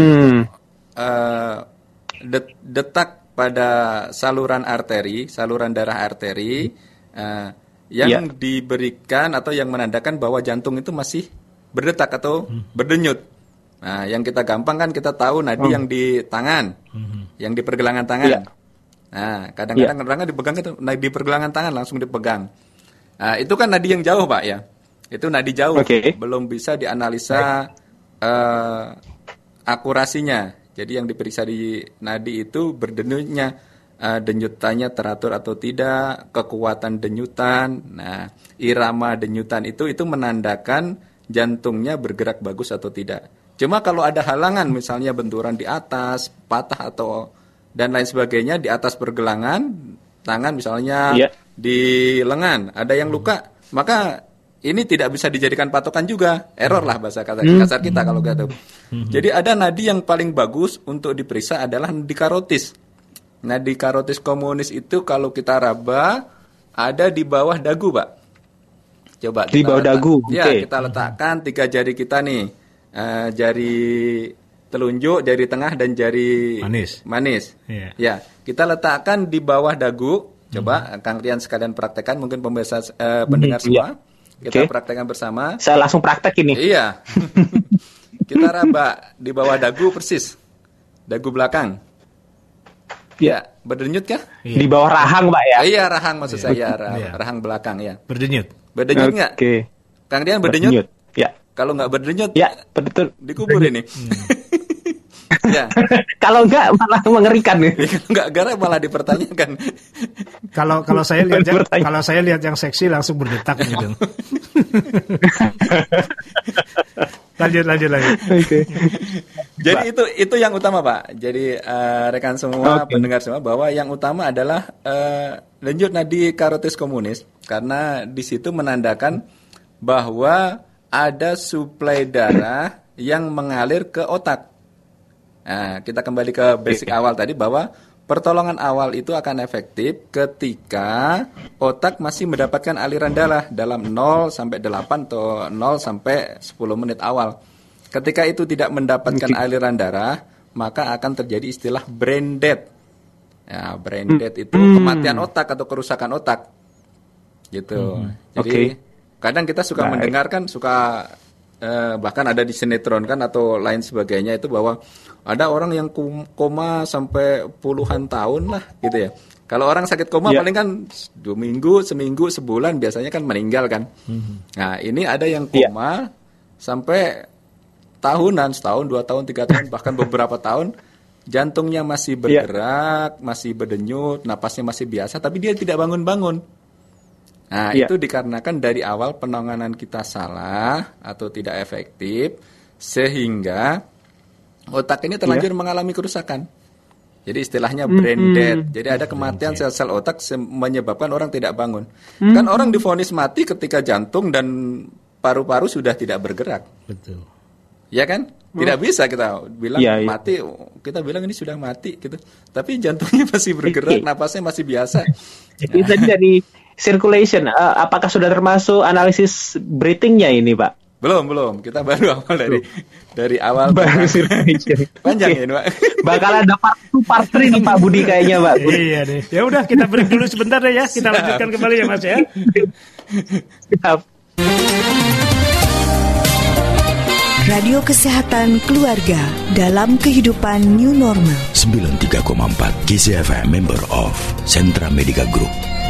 detak pada saluran arteri, saluran darah arteri yang diberikan atau yang menandakan bahwa jantung itu masih berdetak atau berdenyut. Nah, yang kita gampang kan kita tahu nadi yang di tangan, yang di pergelangan tangan. Nah, kadang-kadang dipegang itu di pergelangan tangan langsung dipegang. Nah, itu kan nadi yang jauh, Pak ya. Itu nadi jauh, belum bisa dianalisa akurasinya. Jadi yang diperiksa di nadi itu berdenyutnya, denyutannya teratur atau tidak, kekuatan denyutan. Nah, irama denyutan itu menandakan jantungnya bergerak bagus atau tidak. Cuma kalau ada halangan, misalnya benturan di atas, patah atau dan lain sebagainya di atas pergelangan tangan, misalnya di lengan ada yang luka, maka ini tidak bisa dijadikan patokan juga, error lah bahasa kasar kita kalau gitu. Jadi ada nadi yang paling bagus untuk diperiksa adalah nadi karotis. Nadi karotis komunis itu kalau kita raba ada di bawah dagu, Pak. Coba di bawah dagu. Ya, kita letakkan 3 jari kita nih, jari telunjuk, jari tengah dan jari manis. Ya, kita letakkan di bawah dagu. Coba Kang Rian sekalian praktekkan, mungkin pemirsa pendengar semua. Kita praktekkan bersama. Saya langsung praktek ini. Iya. Kita raba di bawah dagu persis. Dagu belakang. Ya, berdenyut kah? Di bawah rahang, Pak ya? Iya, rahang maksud saya, rahang belakang ya. Berdenyut. Berdenyut nggak? Kang Rian berdenyut? Ya. Kalau nggak berdenyut, ya, betul. Dikubur ini. Ya. Kalau enggak malah mengerikan nih. Enggak garap malah dipertanyakan. Kalau saya lihat yang seksi langsung berdetak gitu. Lanjut. Okay. Jadi itu yang utama, Pak. Jadi rekan semua, pendengar semua, bahwa yang utama adalah denyut nadi karotis komunis, karena di situ menandakan bahwa ada suplai darah yang mengalir ke otak. Nah, kita kembali ke basic awal tadi, bahwa pertolongan awal itu akan efektif ketika otak masih mendapatkan aliran darah dalam 0 sampai 8 atau 0 sampai 10 menit awal. Ketika itu tidak mendapatkan aliran darah, maka akan terjadi istilah brain death. Ya, brain death itu kematian otak atau kerusakan otak. Gitu. Jadi kadang kita suka mendengarkan, bahkan ada di sinetron kan atau lain sebagainya itu, bahwa ada orang yang koma sampai puluhan tahun lah gitu ya. Kalau orang sakit koma paling kan 2 minggu, seminggu, sebulan biasanya kan meninggal kan. Nah, ini ada yang koma sampai tahunan, setahun, 2 tahun, 3 tahun, bahkan beberapa tahun, jantungnya masih bergerak, masih berdenyut, napasnya masih biasa, tapi dia tidak bangun-bangun. Nah, itu dikarenakan dari awal penanganan kita salah atau tidak efektif, sehingga otak ini terlanjur mengalami kerusakan. Jadi istilahnya brain death. Jadi ada kematian sel-sel otak menyebabkan orang tidak bangun. Kan orang divonis mati ketika jantung dan paru-paru sudah tidak bergerak. Betul. Ya kan? Tidak bisa kita bilang mati, kita bilang ini sudah mati gitu. Tapi jantungnya masih bergerak, napasnya masih biasa. Jadi tadi dari circulation, apakah sudah termasuk analisis breathing-nya ini, Pak? Belum. Kita baru awal dari awal. Baru circulation. Panjang ya, Pak. Bakal ada part 3 nih Pak Budi kayaknya, Pak. Iya deh. Ya udah, kita break dulu sebentar deh ya. Kita lanjutkan kembali ya, Mas ya. Siap. Radio Kesehatan Keluarga dalam kehidupan new normal. 93,4 KZFM, member of Sentra Medica Group.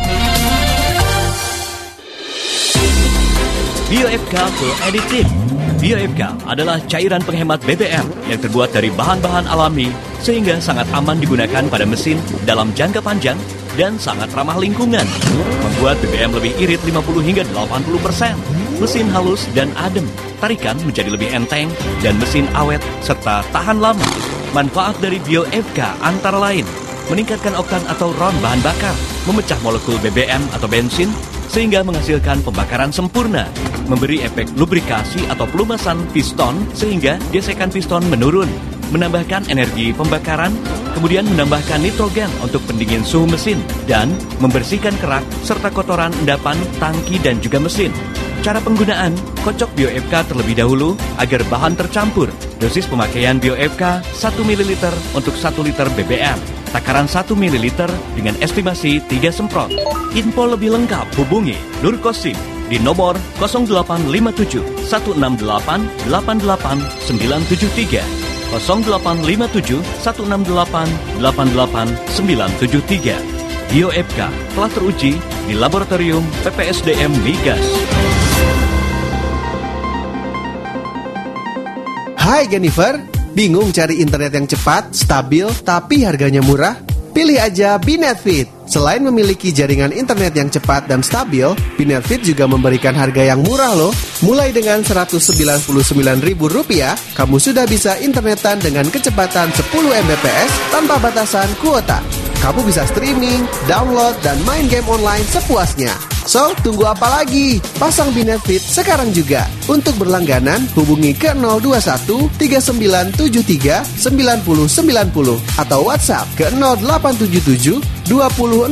BioFK Full Additive. BioFK adalah cairan penghemat BBM yang terbuat dari bahan-bahan alami sehingga sangat aman digunakan pada mesin dalam jangka panjang dan sangat ramah lingkungan. Membuat BBM lebih irit 50 hingga 80%. Mesin halus dan adem, tarikan menjadi lebih enteng dan mesin awet serta tahan lama. Manfaat dari BioFK antara lain meningkatkan oktan atau RON bahan bakar, memecah molekul BBM atau bensin sehingga menghasilkan pembakaran sempurna, memberi efek lubrikasi atau pelumasan piston sehingga gesekan piston menurun, menambahkan energi pembakaran, kemudian menambahkan nitrogen untuk pendingin suhu mesin, dan membersihkan kerak serta kotoran endapan, tangki dan juga mesin. Cara penggunaan, kocok BioFK terlebih dahulu agar bahan tercampur. Dosis pemakaian BioFK 1 ml untuk 1 liter BBM. Takaran 1 ml dengan estimasi 3 semprot. Info lebih lengkap hubungi Nur Kosim di nomor 0857 168 88973. 0857 168 88973. BioFK telah teruji di laboratorium PPSDM Migas. Hai Jennifer, Bingung cari internet yang cepat, stabil, tapi harganya murah? Pilih aja Binetfit. Selain memiliki jaringan internet yang cepat dan stabil, Binetfit juga memberikan harga yang murah loh. Mulai dengan Rp199.000, kamu sudah bisa internetan dengan kecepatan 10 Mbps tanpa batasan kuota. Kamu bisa streaming, download, dan main game online sepuasnya. So, tunggu apa lagi? Pasang Binetfit sekarang juga. Untuk berlangganan, hubungi ke 021 3973 9090 atau WhatsApp ke 0877 2009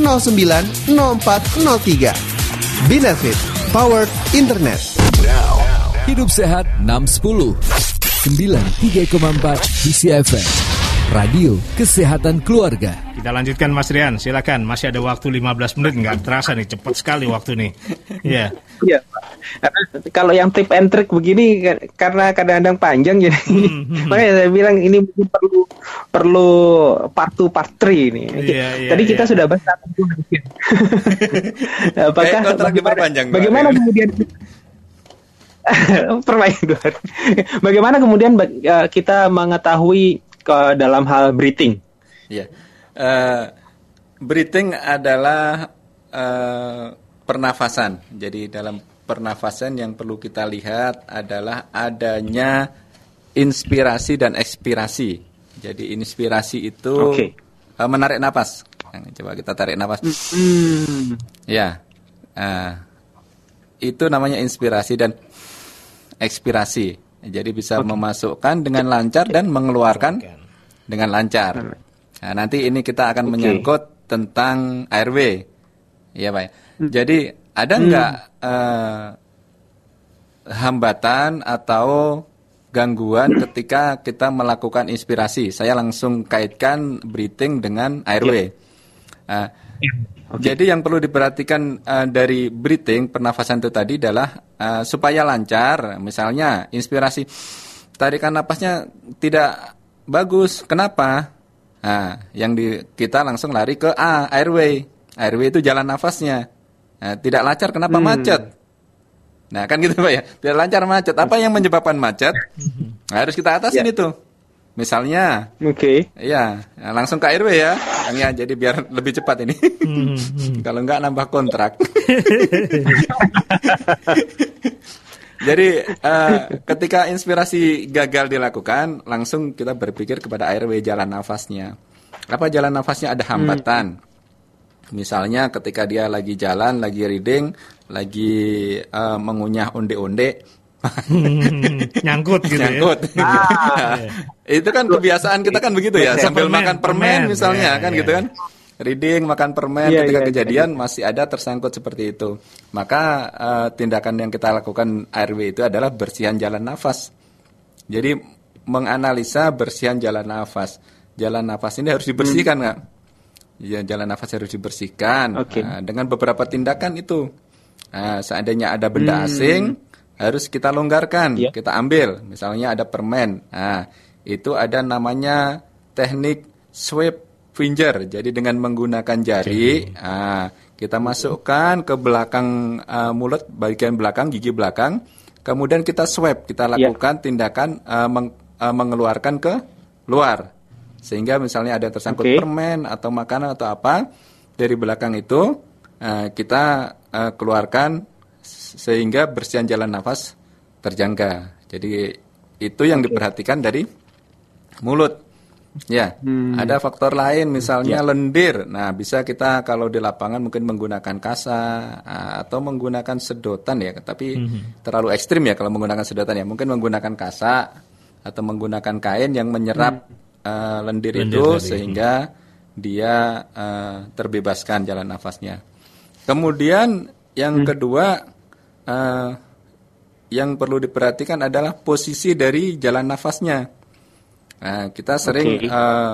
0403. Binetfit, powered internet. Hidup Sehat 610 93,4 BCFM Radio Kesehatan Keluarga. Kita lanjutkan Mas Rian, silakan. Masih ada waktu 15 menit, nggak terasa nih, cepat sekali waktu nih. Iya. Iya, Pak. Karena kalau yang tip and trick begini karena kadang-kadang panjang jadi makanya saya bilang ini mungkin perlu part 2 part 3 ini. Tadi kita sudah bahas apakah bagaimana kemudian bagaimana kemudian kita mengetahui dalam hal breathing? Ya, breathing adalah pernafasan. Jadi dalam pernafasan yang perlu kita lihat adalah adanya inspirasi dan ekspirasi. Jadi inspirasi itu menarik napas. Coba kita tarik napas. Ya, itu namanya inspirasi dan ekspirasi. Jadi bisa memasukkan dengan lancar dan mengeluarkan dengan lancar. Nah, nanti ini kita akan menyangkut tentang airway. Iya, Pak. Jadi ada nggak hambatan atau gangguan ketika kita melakukan inspirasi? Saya langsung kaitkan breathing dengan airway. Jadi yang perlu diperhatikan dari breathing, pernafasan itu tadi adalah supaya lancar. Misalnya inspirasi, tarikan napasnya tidak bagus. Kenapa? Nah, kita langsung lari ke airway. Airway itu jalan nafasnya. Nah, tidak lancar, kenapa? Macet. Nah, kan gitu Pak ya. Tidak lancar, macet. Apa yang menyebabkan macet? Nah, harus kita atasin itu. Misalnya, iya, langsung ke airway ya. Ya, jadi biar lebih cepat ini. Kalau enggak nambah kontrak. Jadi ketika inspirasi gagal dilakukan, langsung kita berpikir kepada airway, jalan nafasnya. Apa jalan nafasnya ada hambatan? Misalnya ketika dia lagi jalan, lagi reading, lagi mengunyah onde-onde, nyangkut gitu. Nyangkut. Itu kan kebiasaan kita kan begitu ya, sambil makan permen misalnya kan gitu kan. Reading, makan permen, ketika kejadian masih ada tersangkut seperti itu. Maka tindakan yang kita lakukan airway itu adalah bersihan jalan nafas. Jadi menganalisa bersihan jalan nafas. Jalan nafas ini harus dibersihkan nggak? Ya, jalan nafas harus dibersihkan. Dengan beberapa tindakan itu. Seandainya ada benda asing, harus kita longgarkan, kita ambil. Misalnya ada permen. Nah, itu ada namanya teknik sweep finger. Jadi dengan menggunakan jari, kita masukkan ke belakang mulut, bagian belakang, gigi belakang. Kemudian kita swipe, kita lakukan tindakan mengeluarkan ke luar. Sehingga misalnya ada tersangkut permen atau makanan atau apa, dari belakang itu kita keluarkan sehingga bersihan jalan nafas terjaga. Jadi itu yang diperhatikan dari mulut. Ya, ada faktor lain misalnya lendir. Nah, bisa kita kalau di lapangan mungkin menggunakan kasa atau menggunakan sedotan ya, tapi terlalu ekstrim ya kalau menggunakan sedotan ya. Mungkin menggunakan kasa atau menggunakan kain yang menyerap lendir itu sehingga dia terbebaskan jalan nafasnya. Kemudian yang kedua yang perlu diperhatikan adalah posisi dari jalan nafasnya. Nah, kita sering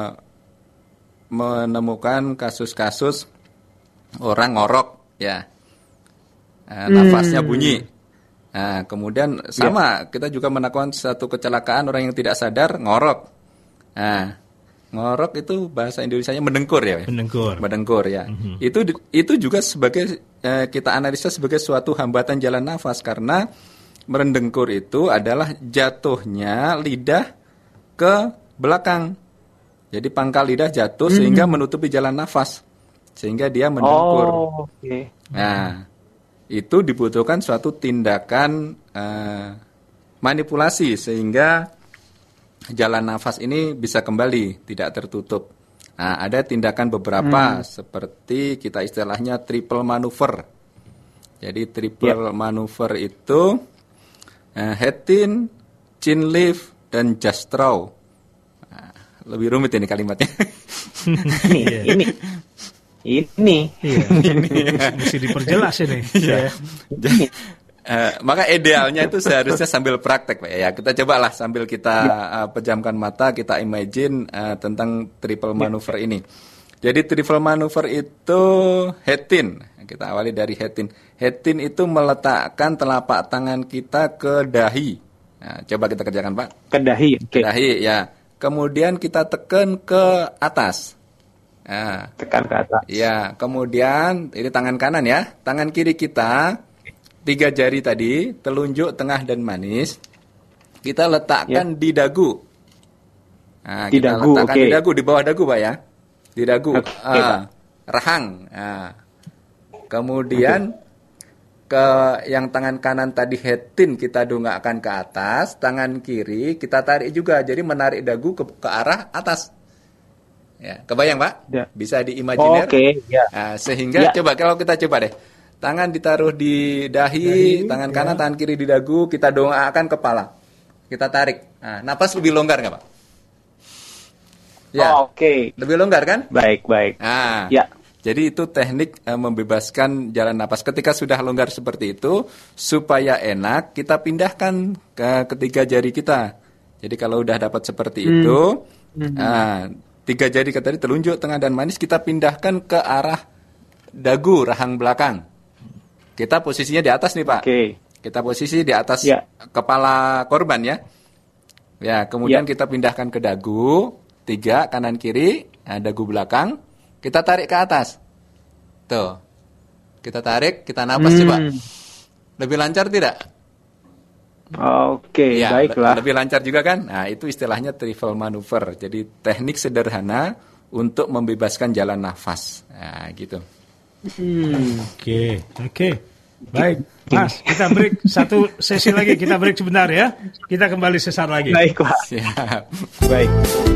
menemukan kasus-kasus orang ngorok ya, nafasnya bunyi. Nah, kemudian sama kita juga menemukan satu kecelakaan orang yang tidak sadar ngorok. Nah, ngorok itu bahasa Indonesianya mendengkur ya. Mendengkur ya. Itu juga sebagai kita analisa sebagai suatu hambatan jalan nafas karena mendengkur itu adalah jatuhnya lidah ke ke belakang. Jadi pangkal lidah jatuh sehingga menutupi jalan nafas, sehingga dia mendengkur. Nah, itu dibutuhkan suatu tindakan manipulasi sehingga jalan nafas ini bisa kembali, tidak tertutup. Nah, ada tindakan beberapa seperti kita istilahnya triple maneuver. Jadi triple maneuver itu head in, chin lift, dan just throw. Nah, lebih rumit ini kalimatnya. Ini. Mesti diperjelas ini. Maka idealnya itu seharusnya sambil praktek, Pak. Ya, kita cobalah sambil kita pejamkan mata, kita imagine tentang triple maneuver ini. Jadi triple maneuver itu head in. Kita awali dari head in. Head in itu meletakkan telapak tangan kita ke dahi. Nah, coba kita kerjakan, Pak. Ke dahi. Ke dahi, ya. Kemudian kita tekan ke atas. Nah, tekan ke atas. Ya, kemudian ini tangan kanan ya. Tangan kiri kita 3 jari tadi, telunjuk, tengah, dan manis, kita letakkan di dagu. Nah, di kita dagu, letakkan di dagu, di bawah dagu, Pak ya. Di dagu, rahang. Nah. Kemudian ke yang tangan kanan tadi head-in kita dongakkan ke atas, tangan kiri kita tarik juga, jadi menarik dagu ke arah atas. Ya, kebayang, Pak? Ya. Bisa diimajiner. Nah, sehingga coba kalau kita coba deh. Tangan ditaruh di dahi, tangan kanan, tangan kiri di dagu, kita dongakkan kepala. Kita tarik. Nah, napas lebih longgar nggak, Pak? Ya. Lebih longgar kan? Baik. Nah, jadi itu teknik membebaskan jalan napas. Ketika sudah longgar seperti itu, supaya enak, kita pindahkan ke ketiga jari kita. Jadi kalau udah dapat seperti itu, 3 jari tadi telunjuk, tengah, dan manis, kita pindahkan ke arah dagu, rahang belakang. Kita posisinya di atas nih, Pak. Kita posisi di atas kepala korban ya. Ya, kemudian kita pindahkan ke dagu, 3 kanan kiri, dagu belakang, kita tarik ke atas. Tuh. Kita tarik, kita napas coba. Lebih lancar tidak? Baiklah. Lebih lancar juga kan? Nah, itu istilahnya triple maneuver. Jadi teknik sederhana untuk membebaskan jalan nafas. Nah, gitu. Oke. Baik, Mas, kita break satu sesi lagi. Kita break sebentar ya. Kita kembali sesaat lagi. Baik, Pak. Siap. Baik.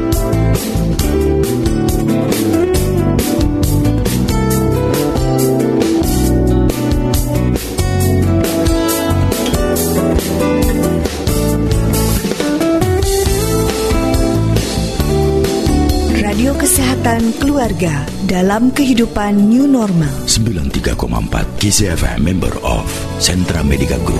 Radio Kesehatan Keluarga dalam kehidupan new normal. 93,4 KZFM, member of Sentra Medica Group.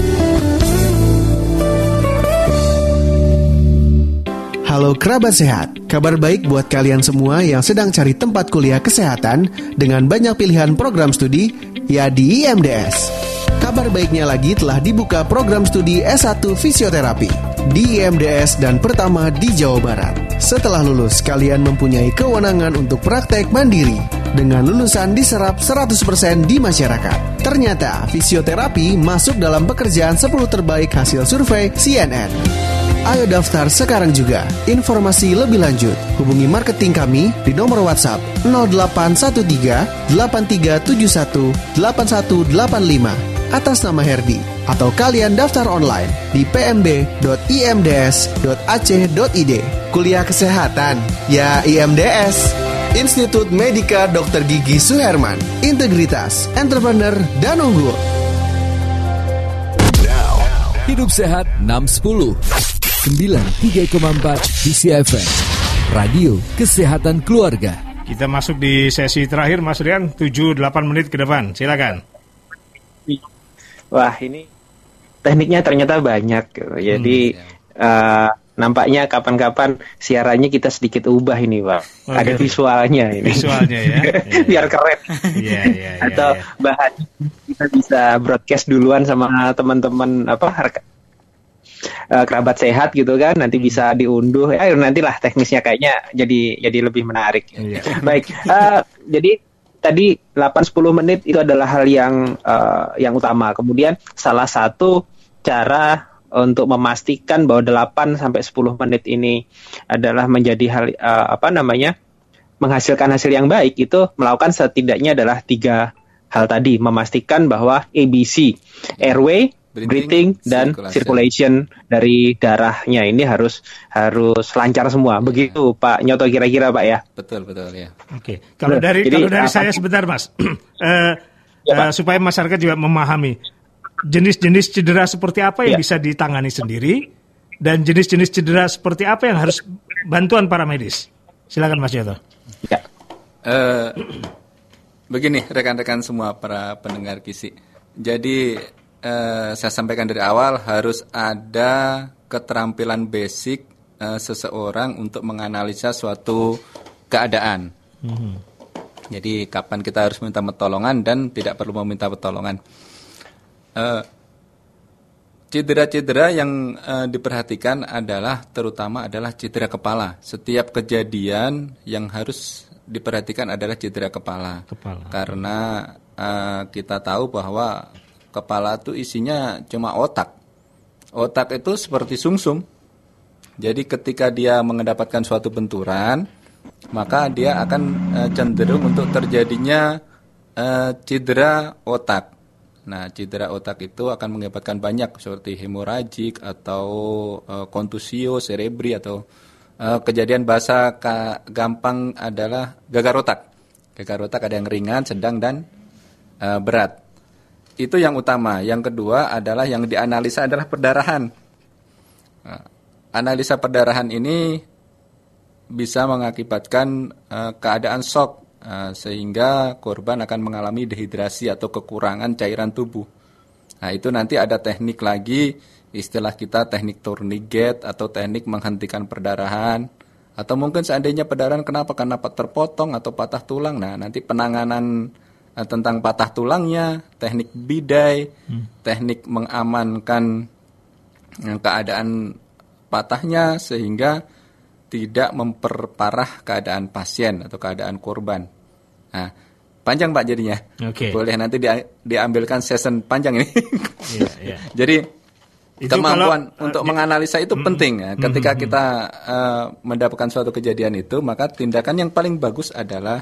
Halo kerabat sehat, kabar baik buat kalian semua yang sedang cari tempat kuliah kesehatan dengan banyak pilihan program studi, ya di IMDS. Kabar baiknya lagi telah dibuka program studi S1 Fisioterapi di IMDS dan pertama di Jawa Barat. Setelah lulus, kalian mempunyai kewenangan untuk praktek mandiri dengan lulusan diserap 100% di masyarakat. Ternyata fisioterapi masuk dalam pekerjaan 10 terbaik hasil survei CNN. Ayo daftar sekarang juga. Informasi lebih lanjut, hubungi marketing kami di nomor WhatsApp 0813 8371 8185 atas nama Herdi, atau kalian daftar online di pmb.imds.ac.id. Kuliah kesehatan, ya IMDS. Institut Medika Dr. Gigi Suherman. Integritas, entrepreneur, dan unggul. Hidup Sehat 610 93,4 DCFM, Radio Kesehatan Keluarga. Kita masuk di sesi terakhir, Mas Rian, 7-8 menit ke depan. Silakan. Wah, ini tekniknya ternyata banyak. Jadi nampaknya kapan-kapan siarannya kita sedikit ubah ini, Pak. Ada visualnya ini. Visualnya ya. Biar keren. Atau bahan kita bisa broadcast duluan sama teman-teman kerabat sehat gitu kan, nanti bisa diunduh. Nantilah teknisnya kayaknya jadi lebih menarik. Baik. Jadi tadi 8-10 menit itu adalah hal yang utama. Kemudian salah satu cara untuk memastikan bahwa 8 sampai 10 menit ini adalah menjadi hal menghasilkan hasil yang baik, itu melakukan setidaknya adalah 3 hal tadi, memastikan bahwa ABC, airway, breathing dan circulation dari darahnya ini harus lancar semua. Begitu Pak Nyoto kira-kira Pak ya. Betul ya. Oke. Kalau dari saya sebentar Mas, supaya masyarakat juga memahami jenis-jenis cedera seperti apa yang bisa ditangani sendiri dan jenis-jenis cedera seperti apa yang harus bantuan para medis. Silakan Mas Nyoto. Ya. Begini rekan-rekan semua para pendengar KISI. Jadi saya sampaikan dari awal harus ada keterampilan basic seseorang untuk menganalisa suatu keadaan. Jadi kapan kita harus minta pertolongan dan tidak perlu meminta pertolongan. Cedera-cedera yang diperhatikan terutama adalah cedera kepala. Setiap kejadian yang harus diperhatikan adalah cedera kepala. Karena kita tahu bahwa kepala itu isinya cuma otak. Otak itu seperti sumsum. Jadi ketika dia mendapatkan suatu benturan, maka dia akan cenderung untuk terjadinya cedera otak. Nah, cedera otak itu akan mengakibatkan banyak seperti hemoragik atau kontusio cerebri atau kejadian bahasa gampang adalah gagal otak. Gagal otak ada yang ringan, sedang dan berat. Itu yang utama. Yang kedua adalah yang dianalisa adalah perdarahan. Nah, analisa perdarahan ini bisa mengakibatkan keadaan shock sehingga korban akan mengalami dehidrasi atau kekurangan cairan tubuh. Nah, itu nanti ada teknik lagi, istilah kita teknik tourniquet atau teknik menghentikan perdarahan. Atau mungkin seandainya perdarahan kenapa? Karena terpotong atau patah tulang. Nah, nanti penanganan tentang patah tulangnya, teknik bidai, teknik mengamankan keadaan patahnya sehingga tidak memperparah keadaan pasien atau keadaan korban. Nah, panjang Pak jadinya. Okay. Boleh nanti diambilkan session panjang ini. Yeah. Jadi itu kemampuan untuk menganalisa itu penting. Ya. Ketika kita mendapatkan suatu kejadian itu, maka tindakan yang paling bagus adalah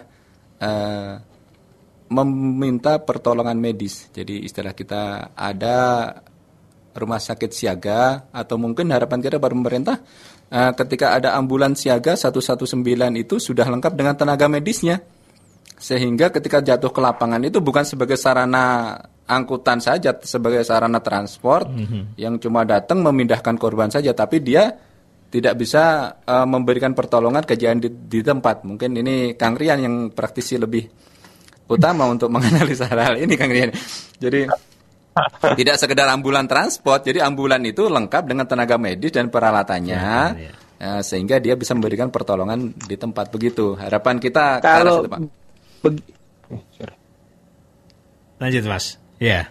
meminta pertolongan medis. Jadi istilah kita ada rumah sakit siaga atau mungkin harapan kita pada pemerintah ketika ada ambulans siaga 119 itu sudah lengkap dengan tenaga medisnya. Sehingga ketika jatuh ke lapangan itu bukan sebagai sarana angkutan saja, sebagai sarana transport yang cuma datang memindahkan korban saja, tapi dia tidak bisa memberikan pertolongan kejadian di tempat. Mungkin ini Kang Rian yang praktisi lebih utama untuk menganalisa hal ini Kang Rian. Jadi tidak sekedar ambulan transport, jadi ambulan itu lengkap dengan tenaga medis dan peralatannya, sehingga dia bisa memberikan pertolongan di tempat begitu. Harapan kita ke arah situ, Pak. Lanjut Mas. Ya.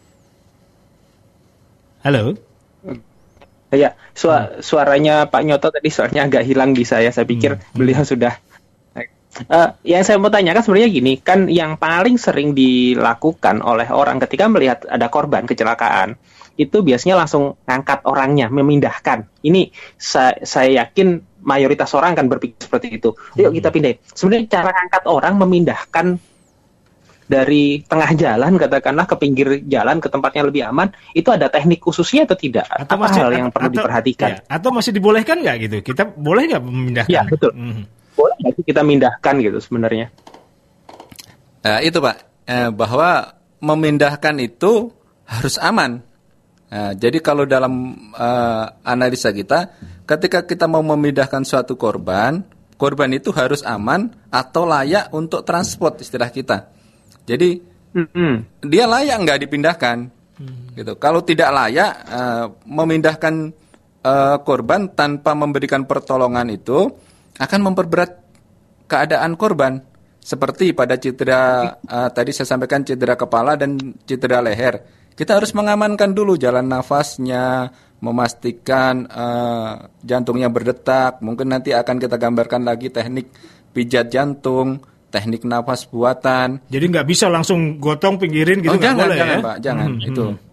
Halo. Ya, suaranya Pak Nyoto tadi soalnya agak hilang di saya. Saya pikir beliau sudah. Yang saya mau tanyakan sebenarnya gini, kan yang paling sering dilakukan oleh orang ketika melihat ada korban kecelakaan, itu biasanya langsung ngangkat orangnya, memindahkan. Ini saya yakin mayoritas orang kan berpikir seperti itu. Yuk kita pindahin. Sebenarnya cara ngangkat orang memindahkan dari tengah jalan katakanlah ke pinggir jalan ke tempat yang lebih aman, itu ada teknik khususnya atau tidak? Atau apa hal yang perlu diperhatikan? Ya, atau masih dibolehkan nggak gitu? Kita boleh nggak memindahkan? Ya betul. Boleh nggak sih kita mindahkan gitu sebenarnya? Itu Pak, bahwa memindahkan itu harus aman. Jadi kalau dalam analisa kita, ketika kita mau memindahkan suatu korban itu harus aman atau layak untuk transport istilah kita. Jadi dia layak nggak dipindahkan, gitu. Kalau tidak layak memindahkan korban tanpa memberikan pertolongan itu akan memperberat keadaan korban. Seperti pada cedera tadi saya sampaikan cedera kepala dan cedera leher. Kita harus mengamankan dulu jalan nafasnya, memastikan jantungnya berdetak. Mungkin nanti akan kita gambarkan lagi teknik pijat jantung, teknik nafas buatan. Jadi nggak bisa langsung gotong pinggirin gitu, nggak boleh jangan, ya? Pak, jangan. Itu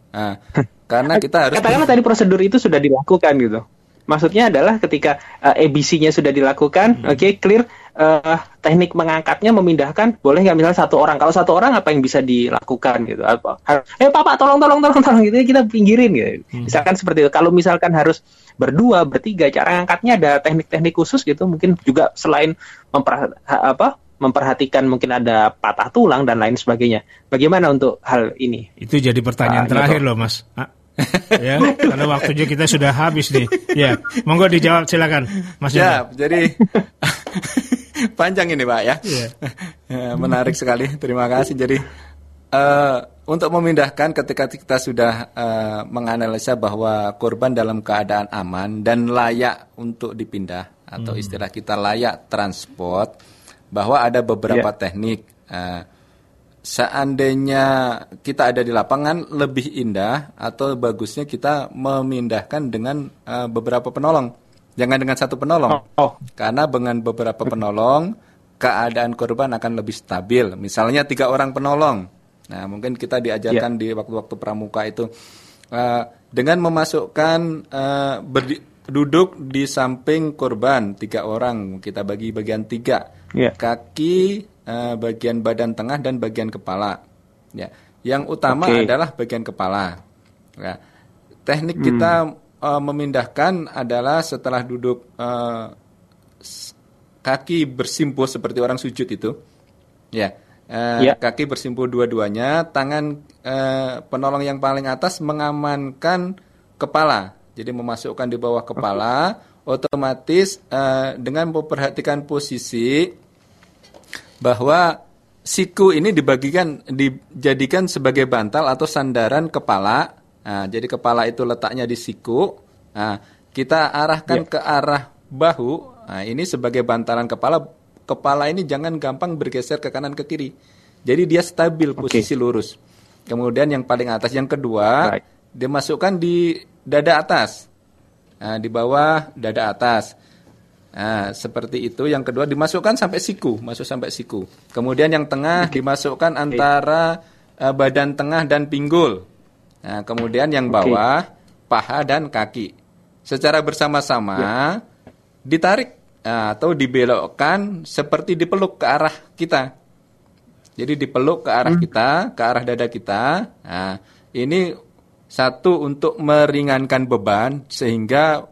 Karena kita harus katakanlah tadi prosedur itu sudah dilakukan gitu. Maksudnya adalah ketika ABC-nya sudah dilakukan, oke, clear, teknik mengangkatnya memindahkan boleh nggak misalnya satu orang. Kalau satu orang apa yang bisa dilakukan gitu? Apa? Papa tolong gitu kita pinggirin gitu. Misalkan seperti itu. Kalau misalkan harus berdua, bertiga, cara ngangkatnya ada teknik-teknik khusus gitu. Mungkin juga selain memperhatikan mungkin ada patah tulang dan lain sebagainya. Bagaimana untuk hal ini? Itu jadi pertanyaan terakhir loh, Mas. Ya, karena waktunya kita sudah habis nih. Ya, monggo dijawab silakan, Mas. Ya, jadi panjang ini, Pak ya. Menarik sekali. Terima kasih. Jadi untuk memindahkan ketika kita sudah menganalisa bahwa korban dalam keadaan aman dan layak untuk dipindah atau istilah kita layak transport, bahwa ada beberapa teknik. Seandainya kita ada di lapangan, lebih indah atau bagusnya kita memindahkan dengan beberapa penolong. Jangan dengan satu penolong. Karena dengan beberapa penolong, keadaan korban akan lebih stabil. Misalnya 3 orang penolong. Nah, mungkin kita diajarkan di waktu-waktu pramuka itu dengan memasukkan duduk di samping korban 3 orang, kita bagi bagian 3, kaki, bagian badan tengah dan bagian kepala. Ya, yang utama adalah bagian kepala. Ya. Teknik kita memindahkan adalah setelah duduk kaki bersimpuh seperti orang sujud itu. Ya. Kaki bersimpuh dua-duanya, tangan penolong yang paling atas mengamankan kepala. Jadi memasukkan di bawah kepala, otomatis dengan memperhatikan posisi bahwa siku ini dijadikan sebagai bantal atau sandaran kepala. Nah, jadi kepala itu letaknya di siku. Nah, kita arahkan ke arah bahu. Nah, ini sebagai bantalan kepala. Kepala ini jangan gampang bergeser ke kanan ke kiri. Jadi dia stabil posisi lurus. Kemudian yang paling atas, yang kedua, dimasukkan di dada atas. Nah, di bawah dada atas. Nah, seperti itu. Yang kedua dimasukkan sampai siku, masuk sampai siku. Kemudian yang tengah dimasukkan antara badan tengah dan pinggul. Nah, kemudian yang bawah paha dan kaki. Secara bersama-sama ditarik atau dibelokkan seperti dipeluk ke arah kita. Jadi dipeluk ke arah kita, ke arah dada kita. Nah, ini satu untuk meringankan beban sehingga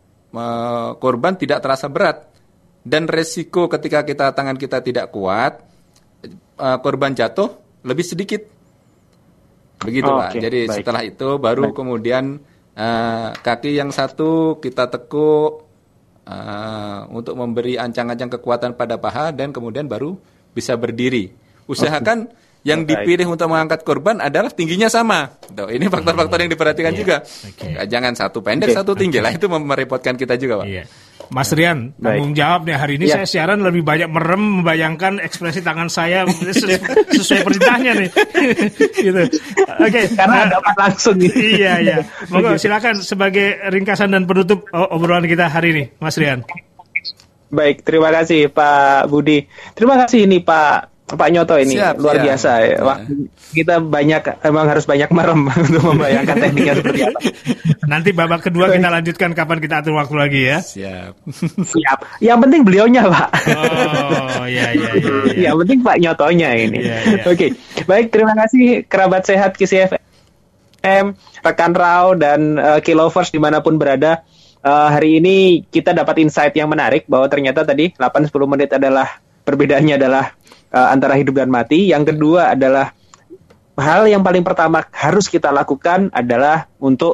korban tidak terasa berat, dan resiko ketika tangan kita tidak kuat, korban jatuh lebih sedikit. Begitu Pak. Jadi setelah itu baru kemudian kaki yang satu kita tekuk untuk memberi ancang-ancang kekuatan pada paha, dan kemudian baru bisa berdiri. Usahakan yang dipilih untuk mengangkat korban adalah tingginya sama. Tuh, ini faktor-faktor yang diperhatikan juga. Jangan satu pendek, satu tinggi lah, itu merepotkan kita juga, Pak. Mas Rian, tanggung jawab nih hari ini. Saya siaran lebih banyak merem membayangkan ekspresi tangan saya sesuai perintahnya nih. Gitu. Karena dapat langsung. Iya. Monggo silakan sebagai ringkasan dan penutup obrolan kita hari ini, Mas Rian. Baik, terima kasih Pak Budi. Terima kasih ini Pak Nyoto ini luar biasa ya. Kita emang harus banyak merem untuk membayangkan tekniknya seperti apa. Nanti babak kedua kita lanjutkan kapan kita atur waktu lagi ya. Siap. Yang penting beliaunya, Pak. Iya. Yang penting Pak Nyotonya ini. Oke. Baik, terima kasih kerabat sehat KISI FM, rekan Rao dan Kilovers dimanapun berada. Hari ini kita dapat insight yang menarik bahwa ternyata tadi 8-10 menit adalah perbedaannya adalah antara hidup dan mati. Yang kedua adalah hal yang paling pertama harus kita lakukan adalah untuk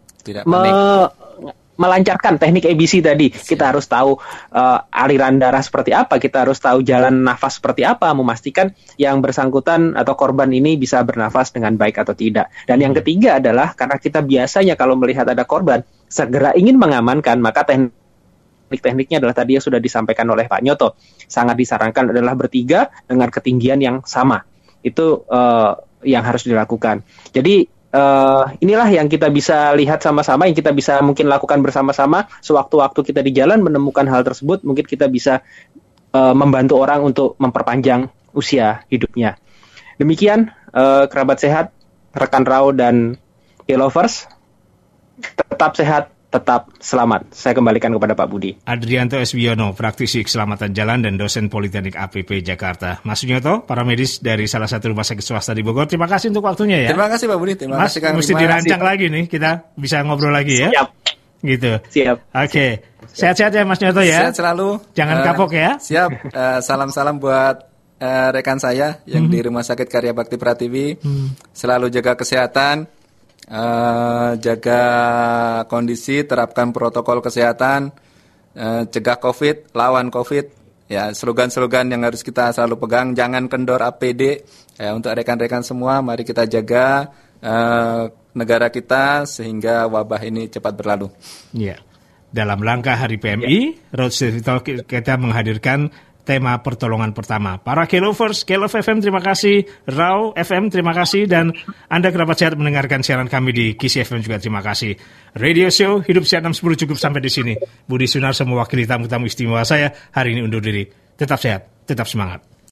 melancarkan teknik ABC tadi. Kita harus tahu aliran darah seperti apa, kita harus tahu jalan nafas seperti apa, memastikan yang bersangkutan atau korban ini bisa bernafas dengan baik atau tidak. Dan yang ketiga adalah karena kita biasanya kalau melihat ada korban segera ingin mengamankan, maka tekniknya adalah tadi yang sudah disampaikan oleh Pak Nyoto. Sangat disarankan adalah bertiga dengan ketinggian yang sama. Itu yang harus dilakukan. Jadi inilah yang kita bisa lihat sama-sama, yang kita bisa mungkin lakukan bersama-sama. Sewaktu-waktu kita di jalan menemukan hal tersebut, mungkin kita bisa membantu orang untuk memperpanjang usia hidupnya. Demikian kerabat sehat, rekan Rao dan K-Lovers, tetap sehat, tetap selamat. Saya kembalikan kepada Pak Budi. Adrianto S. Wiono, praktisi keselamatan jalan dan dosen Politeknik APP Jakarta. Mas Sunyoto, paramedis dari salah satu rumah sakit swasta di Bogor. Terima kasih untuk waktunya ya. Terima kasih Pak Budi. Terima Mas, kasih Kang. mesti dirancang lagi nih, kita bisa ngobrol lagi ya. Siap. Gitu. Siap. Oke. Sehat-sehat ya Mas Sunyoto ya. Sehat selalu. Jangan kapok ya. Siap. Salam-salam buat rekan saya yang di Rumah Sakit Karya Bakti Pratiwi. Selalu jaga kesehatan, jaga kondisi, terapkan protokol kesehatan, cegah COVID, lawan COVID. Ya, slogan-slogan yang harus kita selalu pegang. Jangan kendor APD. Ya, untuk rekan-rekan semua, mari kita jaga negara kita sehingga wabah ini cepat berlalu. Iya. Dalam langkah Hari PMI, Road Safety Talk kita menghadirkan tema pertolongan pertama. Para K-Lovers, K-Love FM terima kasih, Raw FM terima kasih, dan Anda kerabat sehat mendengarkan siaran kami di KISI FM juga terima kasih. Radio Show Hidup Sehat 610 cukup sampai di sini. Budi Sunarso mewakili tamu-tamu istimewa saya hari ini undur diri. Tetap sehat, tetap semangat.